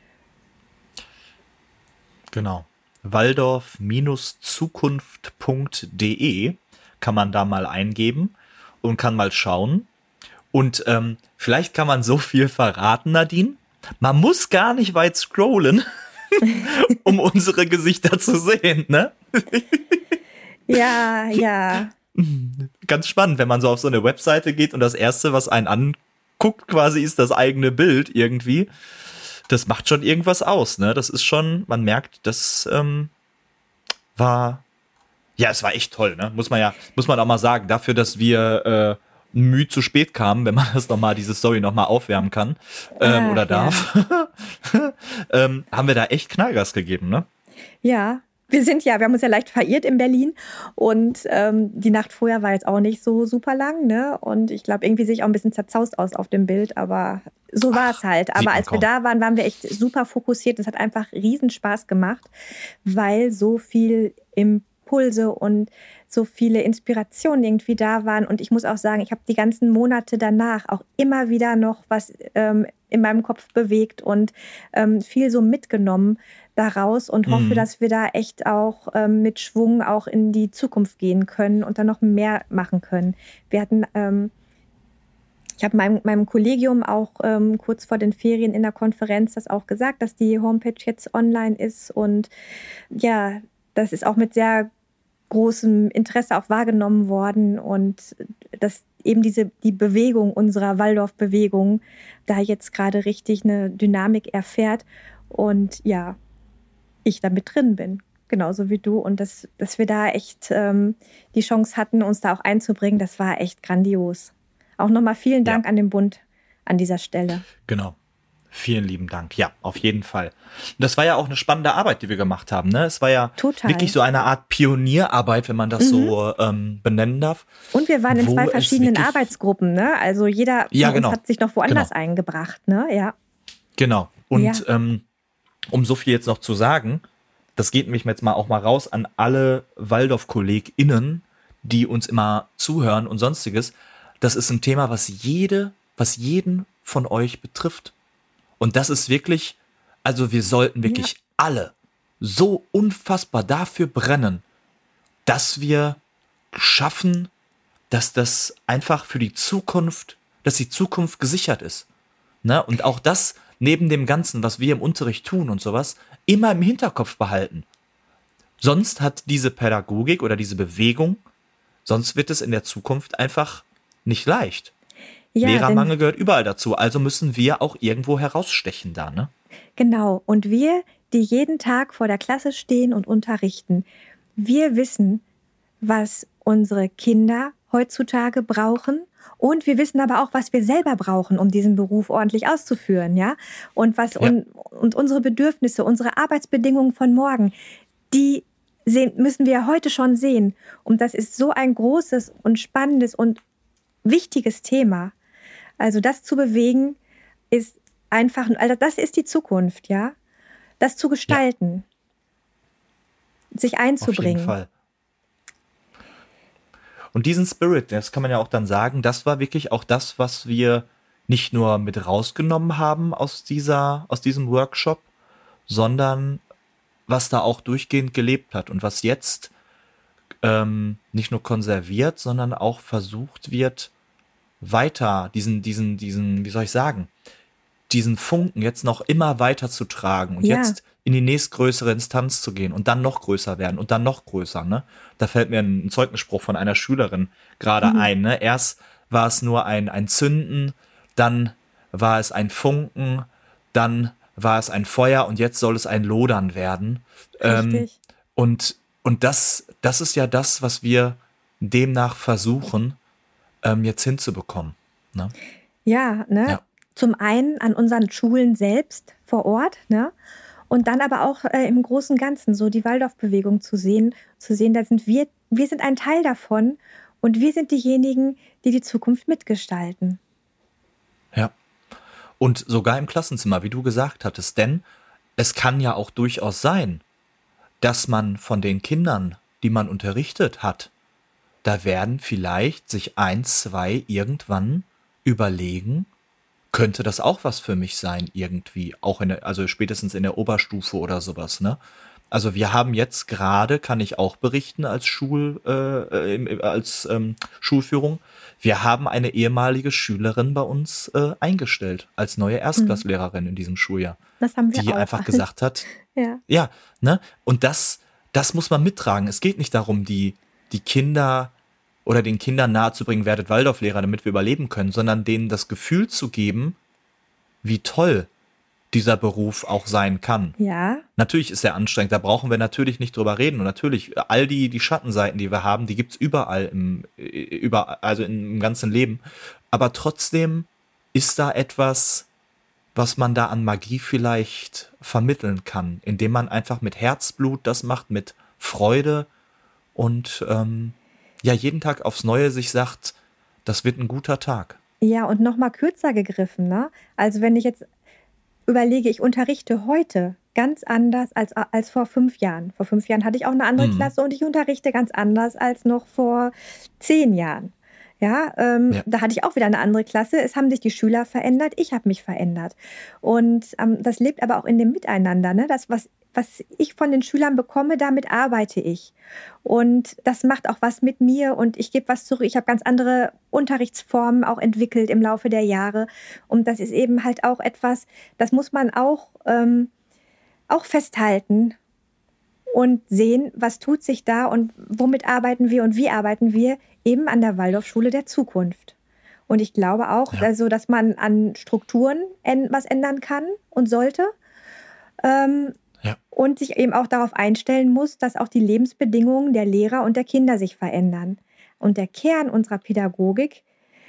Genau. Waldorf Zukunft punkt de kann man da mal eingeben. Und kann mal schauen. Und ähm, vielleicht kann man so viel verraten, Nadine. Man muss gar nicht weit scrollen, um unsere Gesichter zu sehen, ne?
Ja, ja.
Ganz spannend, wenn man so auf so eine Webseite geht und das Erste, was einen anguckt, quasi ist das eigene Bild irgendwie. Das macht schon irgendwas aus, ne? Das ist schon, man merkt, das ähm, war... Ja, es war echt toll, ne? Muss man ja, muss man auch mal sagen, dafür, dass wir äh, müh zu spät kamen, wenn man das nochmal, diese Story nochmal aufwärmen kann ähm, Ach, oder darf, ja. ähm, haben wir da echt Knallgas gegeben, ne?
Ja, wir sind ja, wir haben uns ja leicht verirrt in Berlin und ähm, die Nacht vorher war jetzt auch nicht so super lang, ne? Und ich glaube, irgendwie sehe ich auch ein bisschen zerzaust aus auf dem Bild, aber so war es halt. Aber als wir da waren, waren wir echt super fokussiert. Es hat einfach riesen Spaß gemacht, weil so viel im Impulse und so viele Inspirationen irgendwie da waren. Und ich muss auch sagen, ich habe die ganzen Monate danach auch immer wieder noch was ähm, in meinem Kopf bewegt und ähm, viel so mitgenommen daraus und hoffe, mhm. dass wir da echt auch ähm, mit Schwung auch in die Zukunft gehen können und dann noch mehr machen können. Wir hatten, ähm, ich habe meinem, meinem Kollegium auch ähm, kurz vor den Ferien in der Konferenz das auch gesagt, dass die Homepage jetzt online ist und ja, das ist auch mit sehr großem Interesse auch wahrgenommen worden und dass eben diese, die Bewegung unserer Waldorf-Bewegung da jetzt gerade richtig eine Dynamik erfährt und ja, ich da mit drin bin, genauso wie du und dass, dass wir da echt ähm, die Chance hatten, uns da auch einzubringen, das war echt grandios. Auch nochmal vielen Dank ja. an den Bund an dieser Stelle.
Genau. Vielen lieben Dank. Ja, auf jeden Fall. Das war ja auch eine spannende Arbeit, die wir gemacht haben. Ne? Es war ja Total. wirklich so eine Art Pionierarbeit, wenn man das mhm. so ähm, benennen darf.
Und wir waren in zwei verschiedenen Arbeitsgruppen. Ne? Also jeder
ja,
von
genau.
uns hat sich noch woanders
genau.
eingebracht. Ne? Ja.
Genau. Und
ja.
ähm, um so viel jetzt noch zu sagen, das geht mich jetzt mal auch mal raus an alle Waldorf-KollegInnen, die uns immer zuhören und sonstiges. Das ist ein Thema, was jede, was jeden von euch betrifft. Und das ist wirklich, also wir sollten wirklich ja. alle so unfassbar dafür brennen, dass wir schaffen, dass das einfach für die Zukunft, dass die Zukunft gesichert ist. Ne? Und auch das neben dem Ganzen, was wir im Unterricht tun und sowas, immer im Hinterkopf behalten. Sonst hat diese Pädagogik oder diese Bewegung, sonst wird es in der Zukunft einfach nicht leicht.
Ja, denn
Lehrermangel gehört überall dazu, also müssen wir auch irgendwo herausstechen da, ne?
genau. Und wir, die jeden Tag vor der Klasse stehen und unterrichten, wir wissen, was unsere Kinder heutzutage brauchen. Und wir wissen aber auch, was wir selber brauchen, um diesen Beruf ordentlich auszuführen, ja? Und was
Ja,
un, und unsere Bedürfnisse, unsere Arbeitsbedingungen von morgen, die sehen, müssen wir heute schon sehen. Und das ist so ein großes und spannendes und wichtiges Thema. Also das zu bewegen ist einfach, also das ist die Zukunft, ja? Das zu
ja,
gestalten, sich
auf jeden
einzubringen.
Fall. Und diesen Spirit, das kann man ja auch dann sagen, das war wirklich auch das, was wir nicht nur mit rausgenommen haben aus dieser, aus diesem Workshop, sondern was da auch durchgehend gelebt hat und was jetzt ähm, nicht nur konserviert, sondern auch versucht wird, weiter diesen, diesen, diesen, wie soll ich sagen, diesen Funken jetzt noch immer weiter zu tragen und
Ja.
jetzt in die nächstgrößere Instanz zu gehen und dann noch größer werden und dann noch größer, ne? Da fällt mir ein Zeugnisspruch von einer Schülerin gerade
Mhm.
ein, ne? Erst war es nur ein, ein Zünden, dann war es ein Funken, dann war es ein Feuer und jetzt soll es ein Lodern werden. Ähm,
Richtig.
und und das, das ist ja das, was wir demnach versuchen, ähm, jetzt hinzubekommen. Ne?
Ja, ne?
Ja.
Zum einen an unseren Schulen selbst vor Ort, ne? Und dann aber auch äh, im großen Ganzen so die Waldorfbewegung zu sehen, zu sehen, da sind wir, wir sind ein Teil davon und wir sind diejenigen, die die Zukunft mitgestalten.
Ja. Und sogar im Klassenzimmer, wie du gesagt hattest, denn es kann ja auch durchaus sein, dass man von den Kindern, die man unterrichtet hat, da werden vielleicht sich ein, zwei irgendwann überlegen, könnte das auch was für mich sein, irgendwie, auch in der, also spätestens in der Oberstufe oder sowas, ne? Also wir haben jetzt gerade, kann ich auch berichten als Schul, äh, im- als ähm, Schulführung, wir haben eine ehemalige Schülerin bei uns äh, eingestellt als neue
Mhm.
Erstklasslehrerin in diesem Schuljahr,
Das haben wir
die
auch.
einfach gesagt hat,
Ja.
ja, ne? Und das, das muss man mittragen. Es geht nicht darum, die, die Kinder oder den Kindern nahezubringen, werdet Waldorflehrer, damit wir überleben können, sondern denen das Gefühl zu geben, wie toll dieser Beruf auch sein kann.
Ja.
Natürlich ist er anstrengend, da brauchen wir natürlich nicht drüber reden. Und natürlich, all die, die Schattenseiten, die wir haben, die gibt's überall im, über, also im ganzen Leben. Aber trotzdem ist da etwas, was man da an Magie vielleicht vermitteln kann, indem man einfach mit Herzblut das macht, mit Freude und ähm, ja, jeden Tag aufs Neue sich sagt, das wird ein guter Tag.
Ja, und noch mal kürzer gegriffen, ne? Also wenn ich jetzt überlege, ich unterrichte heute ganz anders als, als vor fünf Jahren. Vor fünf Jahren hatte ich auch eine andere
Mhm.
Klasse und ich unterrichte ganz anders als noch vor zehn Jahren. Ja, ähm,
Ja,
da hatte ich auch wieder eine andere Klasse. Es haben sich die Schüler verändert, ich habe mich verändert. Und ähm, das lebt aber auch in dem Miteinander. Ne? Das, was, was ich von den Schülern bekomme, damit arbeite ich. Und das macht auch was mit mir und ich gebe was zurück. Ich habe ganz andere Unterrichtsformen auch entwickelt im Laufe der Jahre. Und das ist eben halt auch etwas, das muss man auch, ähm, auch festhalten und sehen, was tut sich da und womit arbeiten wir und wie arbeiten wir eben an der Waldorfschule der Zukunft. Und ich glaube auch,
ja,
also, dass man an Strukturen en- was ändern kann und sollte. Ähm,
ja,
und sich eben auch darauf einstellen muss, dass auch die Lebensbedingungen der Lehrer und der Kinder sich verändern. Und der Kern unserer Pädagogik,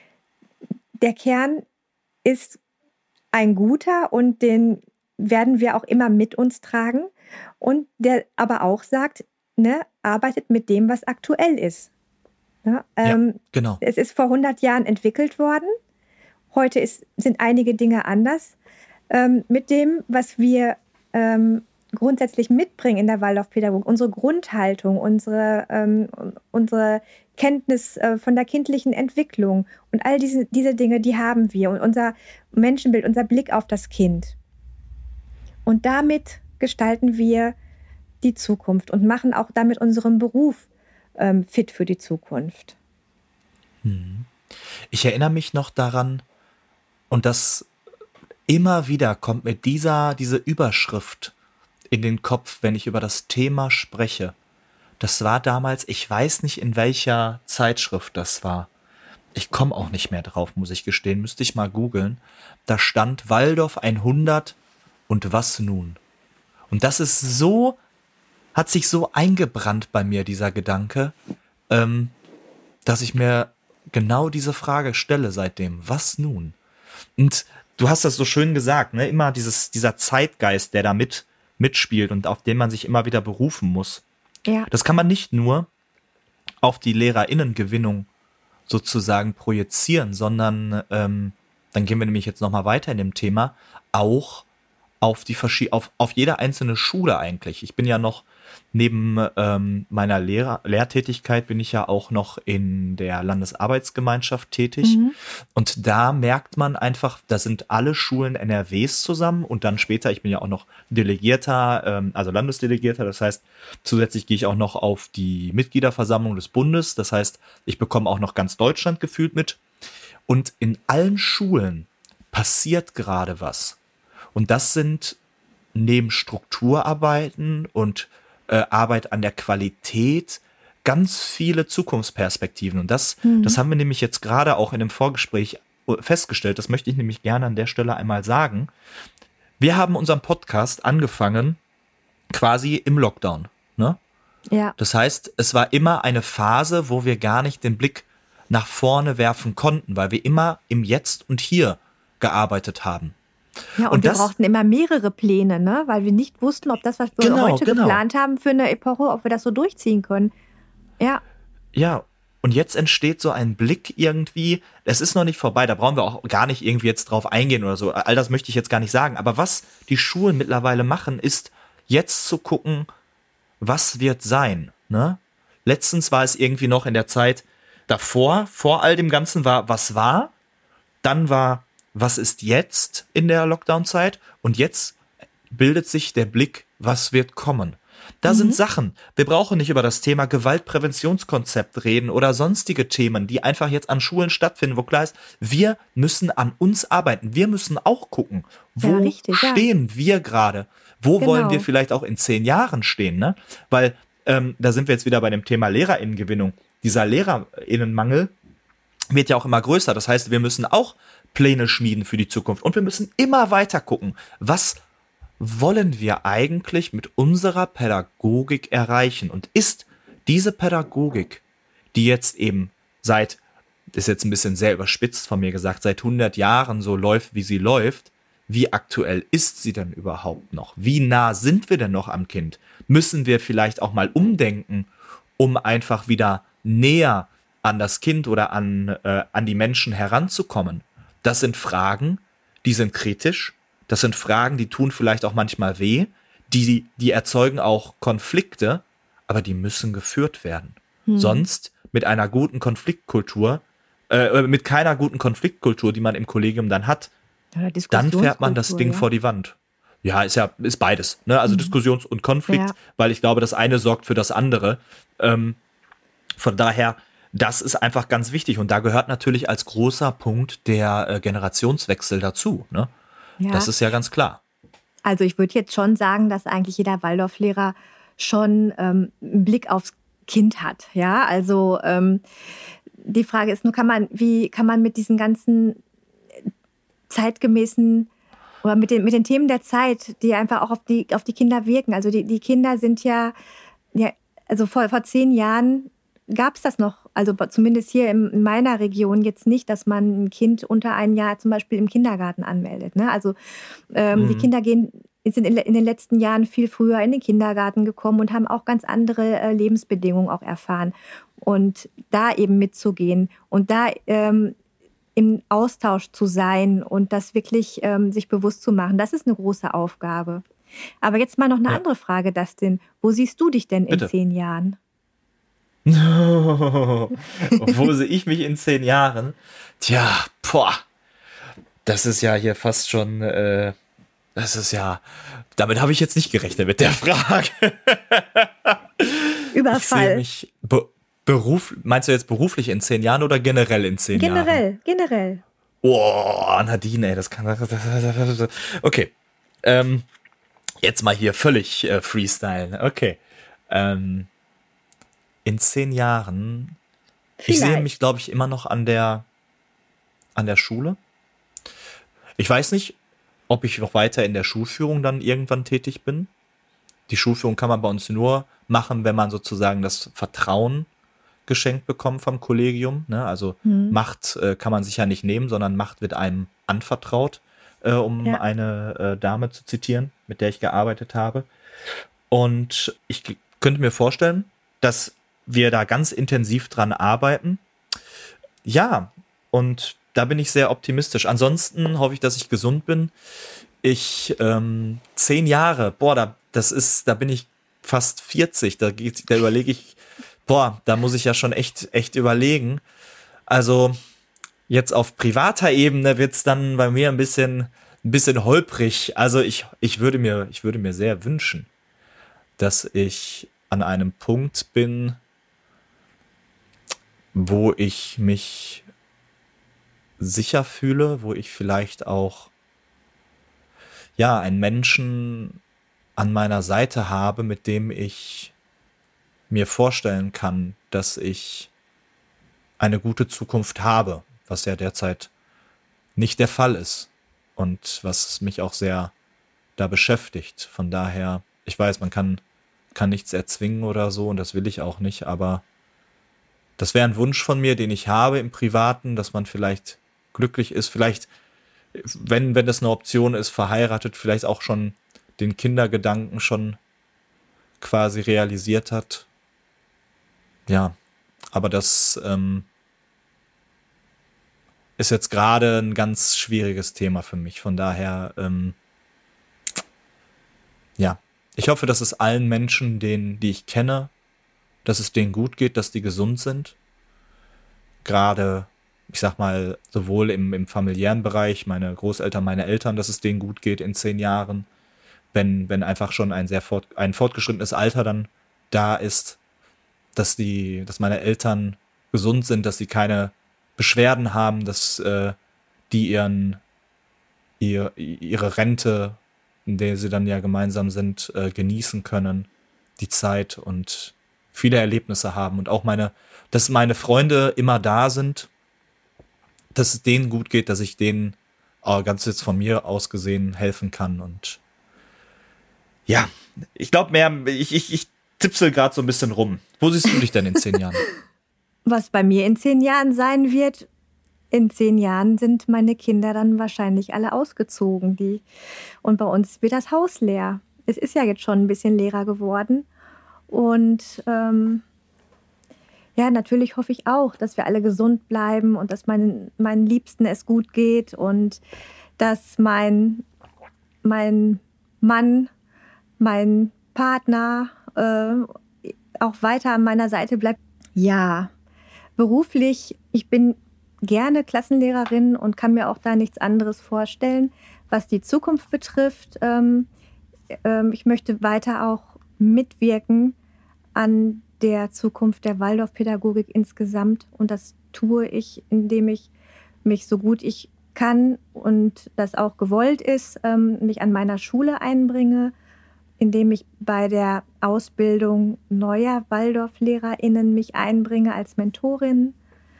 der Kern ist ein guter und den werden wir auch immer mit uns tragen. Und der aber auch sagt, ne, arbeitet mit dem, was aktuell ist. Ne?
ja,
Ähm,
genau.
es ist vor hundert Jahren entwickelt worden. Heute ist, sind einige Dinge anders. Ähm, mit dem, was wir ähm, grundsätzlich mitbringen in der Waldorfpädagogik, unsere Grundhaltung, unsere, ähm, unsere Kenntnis äh, von der kindlichen Entwicklung und all diese, diese Dinge, die haben wir. Und unser Menschenbild, unser Blick auf das Kind. Und damit gestalten wir die Zukunft und machen auch damit unseren Beruf ähm, fit für die Zukunft.
Ich erinnere mich noch daran, und das immer wieder kommt mir dieser, diese Überschrift in den Kopf, wenn ich über das Thema spreche. Das war damals, ich weiß nicht, in welcher Zeitschrift das war. Ich komme auch nicht mehr drauf, muss ich gestehen, müsste ich mal googeln. Da stand Waldorf hundert und was nun? Und das ist so, hat sich so eingebrannt bei mir, dieser Gedanke, ähm, dass ich mir genau diese Frage stelle seitdem. Was nun? Und du hast das so schön gesagt, ne? Immer dieses, dieser Zeitgeist, der da mit, mitspielt und auf den man sich immer wieder berufen muss.
Ja.
Das kann man nicht nur auf die LehrerInnengewinnung sozusagen projizieren, sondern ähm, dann gehen wir nämlich jetzt nochmal weiter in dem Thema, auch auf die verschied- auf, auf jede einzelne Schule eigentlich. Ich bin ja noch neben ähm, meiner Lehrer- Lehrtätigkeit bin ich ja auch noch in der Landesarbeitsgemeinschaft tätig. Mhm. Und da merkt man einfach, da sind alle Schulen N R Ws zusammen und dann später, ich bin ja auch noch Delegierter, ähm, also Landesdelegierter, das heißt, zusätzlich gehe ich auch noch auf die Mitgliederversammlung des Bundes, das heißt, ich bekomme auch noch ganz Deutschland gefühlt mit. Und in allen Schulen passiert gerade was. Und das sind neben Strukturarbeiten und äh, Arbeit an der Qualität ganz viele Zukunftsperspektiven. Und das, mhm. das haben wir nämlich jetzt gerade auch in dem Vorgespräch festgestellt. Das möchte ich nämlich gerne an der Stelle einmal sagen. Wir haben unseren Podcast angefangen quasi im Lockdown. Ne?
Ja.
Das heißt, es war immer eine Phase, wo wir gar nicht den Blick nach vorne werfen konnten, weil wir immer im Jetzt und Hier gearbeitet haben.
Ja, und, und wir das, brauchten immer mehrere Pläne, ne? Weil wir nicht wussten, ob das, was wir
genau,
heute
genau.
geplant haben für eine Epoche, ob wir das so durchziehen können. Ja.
Ja, und jetzt entsteht so ein Blick irgendwie, es ist noch nicht vorbei, da brauchen wir auch gar nicht irgendwie jetzt drauf eingehen oder so. All das möchte ich jetzt gar nicht sagen. Aber was die Schulen mittlerweile machen, ist jetzt zu gucken, was wird sein, ne? Letztens war es irgendwie noch in der Zeit davor, vor all dem Ganzen war, was war, dann war was ist jetzt in der Lockdown-Zeit und jetzt bildet sich der Blick, was wird kommen. Da mhm. sind Sachen, wir brauchen nicht über das Thema Gewaltpräventionskonzept reden oder sonstige Themen, die einfach jetzt an Schulen stattfinden, wo klar ist, wir müssen an uns arbeiten, wir müssen auch gucken, wo
ja, richtig,
stehen
ja.
wir gerade, wo
genau.
wollen wir vielleicht auch in zehn Jahren stehen, ne? Weil ähm, da sind wir jetzt wieder bei dem Thema LehrerInnengewinnung. Dieser LehrerInnenmangel wird ja auch immer größer, das heißt, wir müssen auch Pläne schmieden für die Zukunft. Und wir müssen immer weiter gucken, was wollen wir eigentlich mit unserer Pädagogik erreichen? Und ist diese Pädagogik, die jetzt eben seit, ist jetzt ein bisschen sehr überspitzt von mir gesagt, seit hundert Jahren so läuft, wie sie läuft, wie aktuell ist sie denn überhaupt noch? Wie nah sind wir denn noch am Kind? Müssen wir vielleicht auch mal umdenken, um einfach wieder näher an das Kind oder an, äh, an die Menschen heranzukommen? Das sind Fragen, die sind kritisch. Das sind Fragen, die tun vielleicht auch manchmal weh. Die, die erzeugen auch Konflikte, aber die müssen geführt werden. Hm. Sonst mit einer guten Konfliktkultur, äh, mit keiner guten Konfliktkultur, die man im Kollegium dann hat, dann fährt man das Ding ja. vor die Wand. Ja, ist ja ist beides. Ne? Also mhm. Diskussions- und Konflikt, ja. weil ich glaube, das eine sorgt für das andere. Ähm, von daher, das ist einfach ganz wichtig und da gehört natürlich als großer Punkt der äh, Generationswechsel dazu. Ne? Ja. Das ist ja ganz klar.
Also ich würde jetzt schon sagen, dass eigentlich jeder Waldorflehrer schon ähm, einen Blick aufs Kind hat. Ja, also ähm, die Frage ist nur, kann man, wie kann man mit diesen ganzen zeitgemäßen oder mit den, mit den Themen der Zeit, die einfach auch auf die, auf die Kinder wirken. Also die, die Kinder sind ja, ja also vor, vor zehn Jahren gab es das noch, also zumindest hier in meiner Region jetzt nicht, dass man ein Kind unter ein Jahr zum Beispiel im Kindergarten anmeldet. Ne? Also ähm, mhm. die Kinder gehen, sind in, in den letzten Jahren viel früher in den Kindergarten gekommen und haben auch ganz andere äh, Lebensbedingungen auch erfahren. Und da eben mitzugehen und da ähm, im Austausch zu sein und das wirklich ähm, sich bewusst zu machen, das ist eine große Aufgabe. Aber jetzt mal noch eine ja. andere Frage, Dustin. Wo siehst du dich denn in
Bitte.
zehn Jahren?
Wo sehe ich mich in zehn Jahren? Tja, boah, das ist ja hier fast schon, äh, das ist ja, damit habe ich jetzt nicht gerechnet mit der Frage.
Überfall.
Ich sehe mich, be- beruf, meinst du jetzt beruflich in zehn Jahren oder generell in zehn
generell,
Jahren?
Generell, generell.
Oh, Nadine, ey, das kann. Okay. Ähm, jetzt mal hier völlig äh, freestylen. Okay. Ähm, in zehn Jahren. Ich sehe mich,
Vielleicht.
glaube ich, immer noch an der an der Schule. Ich weiß nicht, ob ich noch weiter in der Schulführung dann irgendwann tätig bin. Die Schulführung kann man bei uns nur machen, wenn man sozusagen das Vertrauen geschenkt bekommt vom Kollegium. Ne? Also
Hm.
Macht äh, kann man sich ja nicht nehmen, sondern Macht wird einem anvertraut, äh, um
Ja.
eine äh, Dame zu zitieren, mit der ich gearbeitet habe. Und ich g- könnte mir vorstellen, dass wir da ganz intensiv dran arbeiten. Ja, und da bin ich sehr optimistisch. Ansonsten hoffe ich, dass ich gesund bin. Ich, ähm, zehn Jahre, boah, da, das ist, da bin ich fast vierzig. Da geht, da überlege ich, boah, da muss ich ja schon echt, echt überlegen. Also, jetzt auf privater Ebene wird's dann bei mir ein bisschen, ein bisschen holprig. Also ich, ich würde mir, ich würde mir sehr wünschen, dass ich an einem Punkt bin, wo ich mich sicher fühle, wo ich vielleicht auch, ja, einen Menschen an meiner Seite habe, mit dem ich mir vorstellen kann, dass ich eine gute Zukunft habe, was ja derzeit nicht der Fall ist und was mich auch sehr da beschäftigt. Von daher, ich weiß, man kann, kann nichts erzwingen oder so und das will ich auch nicht, aber das wäre ein Wunsch von mir, den ich habe im Privaten, dass man vielleicht glücklich ist, vielleicht, wenn, wenn das eine Option ist, verheiratet, vielleicht auch schon den Kindergedanken schon quasi realisiert hat. Ja, aber das ähm, ist jetzt gerade ein ganz schwieriges Thema für mich. Von daher, ähm, ja, ich hoffe, dass es allen Menschen, denen, die ich kenne, dass es denen gut geht, dass die gesund sind. Gerade, ich sag mal, sowohl im, im familiären Bereich, meine Großeltern, meine Eltern, dass es denen gut geht in zehn Jahren, wenn, wenn einfach schon ein sehr fort, ein fortgeschrittenes Alter dann da ist, dass die, dass meine Eltern gesund sind, dass sie keine Beschwerden haben, dass äh, die ihren, ihr, ihre Rente, in der sie dann ja gemeinsam sind, äh, genießen können, die Zeit und viele Erlebnisse haben und auch meine, dass meine Freunde immer da sind, dass es denen gut geht, dass ich denen äh, ganz jetzt von mir aus gesehen helfen kann und ja, ich glaube mehr, ich, ich, ich tipsel gerade so ein bisschen rum. Wo siehst du dich denn in zehn Jahren?
Was bei mir in zehn Jahren sein wird, in zehn Jahren sind meine Kinder dann wahrscheinlich alle ausgezogen. Die, und bei uns wird das Haus leer. Es ist ja jetzt schon ein bisschen leerer geworden. Und ähm, ja, natürlich hoffe ich auch, dass wir alle gesund bleiben und dass meinen, meinen Liebsten es gut geht und dass mein, mein Mann, mein Partner äh, auch weiter an meiner Seite bleibt. Ja, beruflich, ich bin gerne Klassenlehrerin und kann mir auch da nichts anderes vorstellen. Was die Zukunft betrifft, ähm, ähm, ich möchte weiter auch mitwirken an der Zukunft der Waldorfpädagogik insgesamt. Und das tue ich, indem ich mich so gut ich kann und das auch gewollt ist, ähm, mich an meiner Schule einbringe, indem ich bei der Ausbildung neuer WaldorflehrerInnen mich einbringe als Mentorin.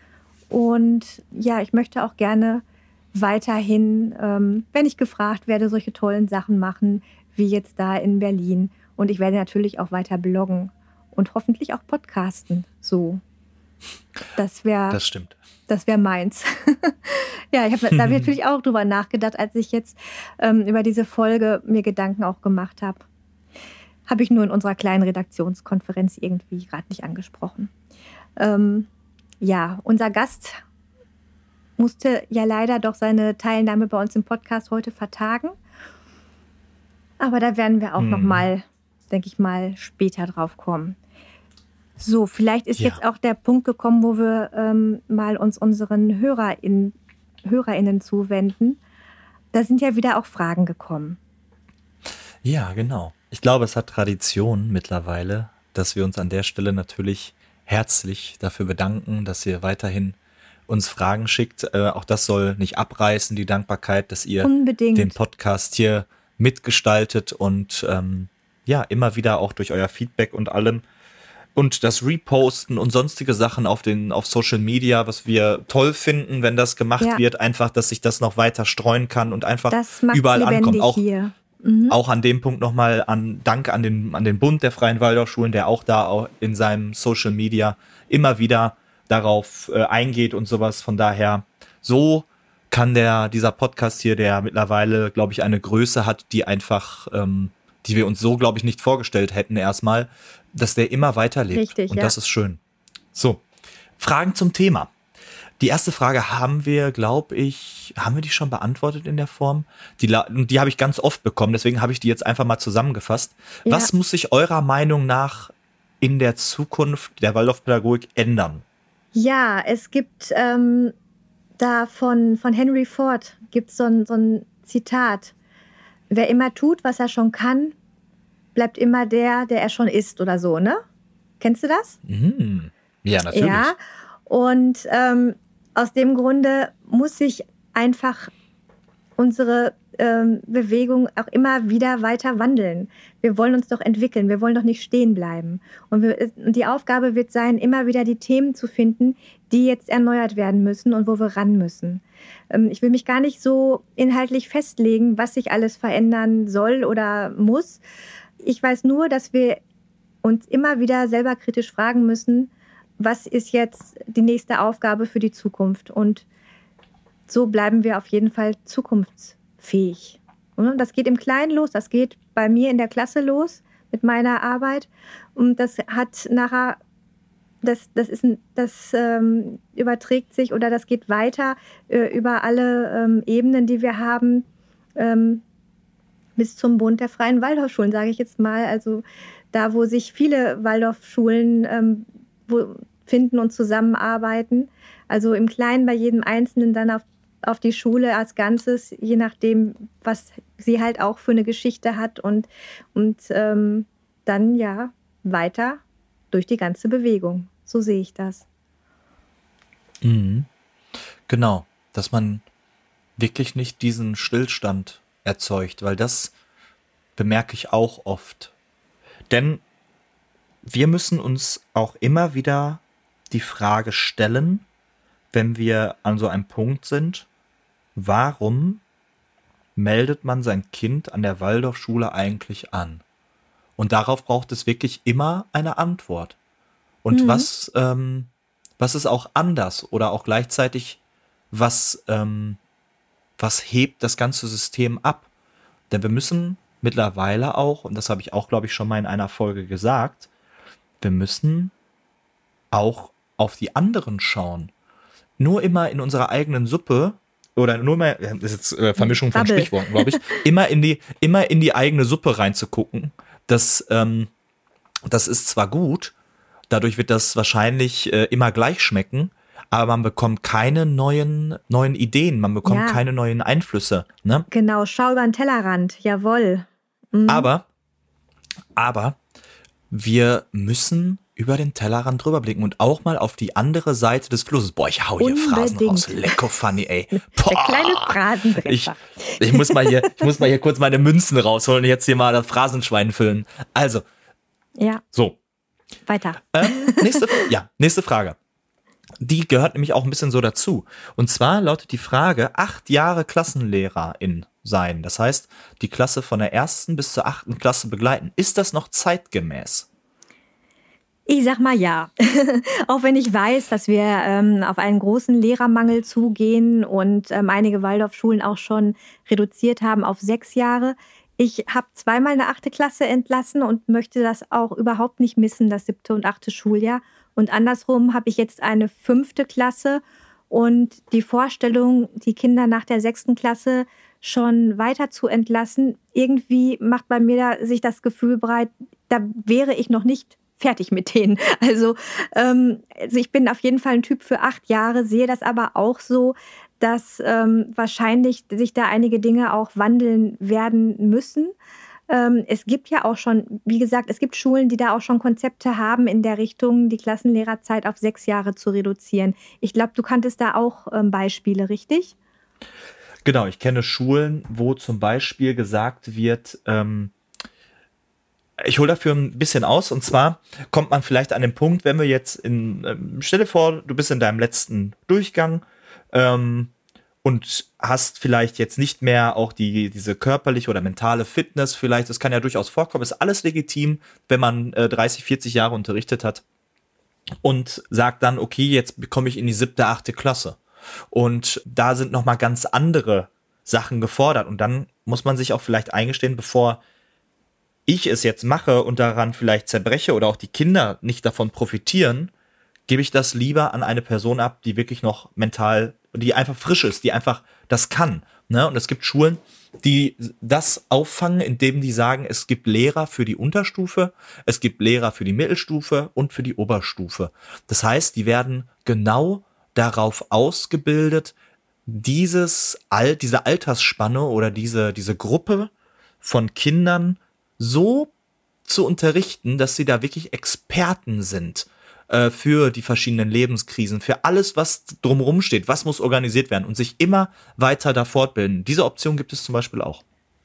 Und ja, ich möchte auch gerne weiterhin, ähm, wenn ich gefragt werde, solche tollen Sachen machen, wie jetzt da in Berlin. Und ich werde natürlich auch weiter bloggen und hoffentlich auch podcasten. So, das wäre
Das stimmt.
das wär meins. Ja, ich habe da hab ich natürlich auch drüber nachgedacht, als ich jetzt ähm, über diese Folge mir Gedanken auch gemacht habe. Habe ich nur in unserer kleinen Redaktionskonferenz irgendwie gerade nicht angesprochen. Ähm, ja, unser Gast musste ja leider doch seine Teilnahme bei uns im Podcast heute vertagen. Aber da werden wir auch
Hm.
noch mal, denke ich mal, später drauf kommen. So, vielleicht ist
Ja.
jetzt auch der Punkt gekommen, wo wir ähm, mal uns unseren HörerInnen, HörerInnen zuwenden. Da sind ja wieder auch Fragen gekommen.
Ja, genau. Ich glaube, es hat Tradition mittlerweile, dass wir uns an der Stelle natürlich herzlich dafür bedanken, dass ihr weiterhin uns Fragen schickt. Äh, auch das soll nicht abreißen, die Dankbarkeit, dass ihr
Unbedingt.
den Podcast hier mitgestaltet und ähm, ja, immer wieder auch durch euer Feedback und allem und das Reposten und sonstige Sachen auf den auf Social Media, was wir toll finden, wenn das gemacht
Ja.
wird, einfach, dass sich das noch weiter streuen kann und einfach
Das macht's
überall
lebendig
ankommt. Auch,
hier. Mhm.
auch an dem Punkt nochmal an Dank an den, an den Bund der Freien Waldorfschulen, der auch da auch in seinem Social Media immer wieder darauf äh, eingeht und sowas. Von daher, so kann der dieser Podcast hier, der mittlerweile, glaube ich, eine Größe hat, die einfach, ähm, die wir uns so, glaube ich, nicht vorgestellt hätten erstmal, dass der immer weiterlebt.
Richtig,
und
ja.
das ist schön. So, Fragen zum Thema. Die erste Frage haben wir, glaube ich, haben wir die schon beantwortet in der Form? Die, la- die habe ich ganz oft bekommen, deswegen habe ich die jetzt einfach mal zusammengefasst.
Ja.
Was muss sich eurer Meinung nach in der Zukunft der Waldorfpädagogik ändern?
Ja, es gibt ähm, da von, von Henry Ford gibt so ein, so ein Zitat. Wer immer tut, was er schon kann, bleibt immer der, der er schon ist oder so, ne? Kennst du das?
Mhm. Ja, natürlich.
Ja, und ähm, aus dem Grunde muss sich einfach unsere ähm, Bewegung auch immer wieder weiter wandeln. Wir wollen uns doch entwickeln, wir wollen doch nicht stehen bleiben. Und wir, die Aufgabe wird sein, immer wieder die Themen zu finden, die jetzt erneuert werden müssen und wo wir ran müssen. Ähm, ich will mich gar nicht so inhaltlich festlegen, was sich alles verändern soll oder muss. Ich weiß nur, dass wir uns immer wieder selber kritisch fragen müssen, was ist jetzt die nächste Aufgabe für die Zukunft? Und so bleiben wir auf jeden Fall zukunftsfähig. Und das geht im Kleinen los, das geht bei mir in der Klasse los mit meiner Arbeit. Und das hat nachher, das, das, ist ein, das ähm, überträgt sich oder das geht weiter äh, über alle ähm, Ebenen, die wir haben, ähm, bis zum Bund der Freien Waldorfschulen, sage ich jetzt mal. Also da, wo sich viele Waldorfschulen ähm, wo, finden und zusammenarbeiten. Also im Kleinen bei jedem Einzelnen, dann auf, auf die Schule als Ganzes, je nachdem, was sie halt auch für eine Geschichte hat und, und ähm, dann ja weiter durch die ganze Bewegung. So sehe ich das.
Mhm. Genau, dass man wirklich nicht diesen Stillstand erzeugt, weil das bemerke ich auch oft. Denn wir müssen uns auch immer wieder die Frage stellen, wenn wir an so einem Punkt sind, warum meldet man sein Kind an der Waldorfschule eigentlich an? Und darauf braucht es wirklich immer eine Antwort. Und
Mhm.
was, ähm, was ist auch anders oder auch gleichzeitig, was, ähm, was hebt das ganze System ab? Denn wir müssen mittlerweile auch, und das habe ich auch, glaube ich, schon mal in einer Folge gesagt, wir müssen auch auf die anderen schauen. Nur immer in unserer eigenen Suppe oder nur mal, das ist jetzt äh, Vermischung von
Bubble.
Sprichworten, glaube ich, immer in die, immer in die eigene Suppe reinzugucken. Das, ähm, das ist zwar gut, dadurch wird das wahrscheinlich äh, immer gleich schmecken, aber man bekommt keine neuen, neuen Ideen, man bekommt
Ja.
keine neuen Einflüsse. Ne?
Genau, schau über den Tellerrand, jawohl. Mhm.
Aber, aber wir müssen über den Tellerrand drüber blicken und auch mal auf die andere Seite des Flusses. Boah, ich hau hier Phrasen
Unbedingt.
raus. Lecko funny, ey.
Der
Boah.
kleine Phrasenbrecher.
Ich, ich muss mal hier, ich muss mal hier kurz meine Münzen rausholen und jetzt hier mal das Phrasenschwein füllen. Also,
Ja,
so.
weiter.
Ähm, nächste, ja, nächste Frage. Die gehört nämlich auch ein bisschen so dazu. Und zwar lautet die Frage, acht Jahre Klassenlehrerin sein. Das heißt, die Klasse von der ersten bis zur achten Klasse begleiten. Ist das noch zeitgemäß?
Ich sag mal ja. Auch wenn ich weiß, dass wir ähm, auf einen großen Lehrermangel zugehen und ähm, einige Waldorfschulen auch schon reduziert haben auf sechs Jahre. Ich habe zweimal eine achte Klasse entlassen und möchte das auch überhaupt nicht missen, das siebte und achte Schuljahr. Und andersrum habe ich jetzt eine fünfte Klasse und die Vorstellung, die Kinder nach der sechsten Klasse schon weiter zu entlassen, irgendwie macht bei mir da sich das Gefühl breit, da wäre ich noch nicht fertig mit denen. Also, ähm, also ich bin auf jeden Fall ein Typ für acht Jahre, sehe das aber auch so, dass ähm, wahrscheinlich sich da einige Dinge auch wandeln werden müssen. Ähm, es gibt ja auch schon, wie gesagt, es gibt Schulen, die da auch schon Konzepte haben in der Richtung, die Klassenlehrerzeit auf sechs Jahre zu reduzieren. Ich glaube, du kanntest da auch ähm, Beispiele, richtig?
Genau, ich kenne Schulen, wo zum Beispiel gesagt wird, ähm, ich hole dafür ein bisschen aus, und zwar kommt man vielleicht an den Punkt, wenn wir jetzt in, ähm, stell dir vor, du bist in deinem letzten Durchgang ähm, und hast vielleicht jetzt nicht mehr auch die, diese körperliche oder mentale Fitness vielleicht, das kann ja durchaus vorkommen, ist alles legitim, wenn man äh, dreißig, vierzig Jahre unterrichtet hat und sagt dann, okay, jetzt bekomme ich in die siebte, achte Klasse. Und da sind nochmal ganz andere Sachen gefordert. Und dann muss man sich auch vielleicht eingestehen, bevor ich es jetzt mache und daran vielleicht zerbreche oder auch die Kinder nicht davon profitieren, gebe ich das lieber an eine Person ab, die wirklich noch mental, die einfach frisch ist, die einfach das kann. Ne? Und es gibt Schulen, die das auffangen, indem die sagen, es gibt Lehrer für die Unterstufe, es gibt Lehrer für die Mittelstufe und für die Oberstufe. Das heißt, die werden genau darauf ausgebildet, dieses Al- diese Altersspanne oder diese, diese Gruppe von Kindern so zu unterrichten, dass sie da wirklich Experten sind äh, für die verschiedenen Lebenskrisen, für alles, was drumherum steht, was muss organisiert werden und sich immer weiter da fortbilden. Diese Option gibt es zum Beispiel auch.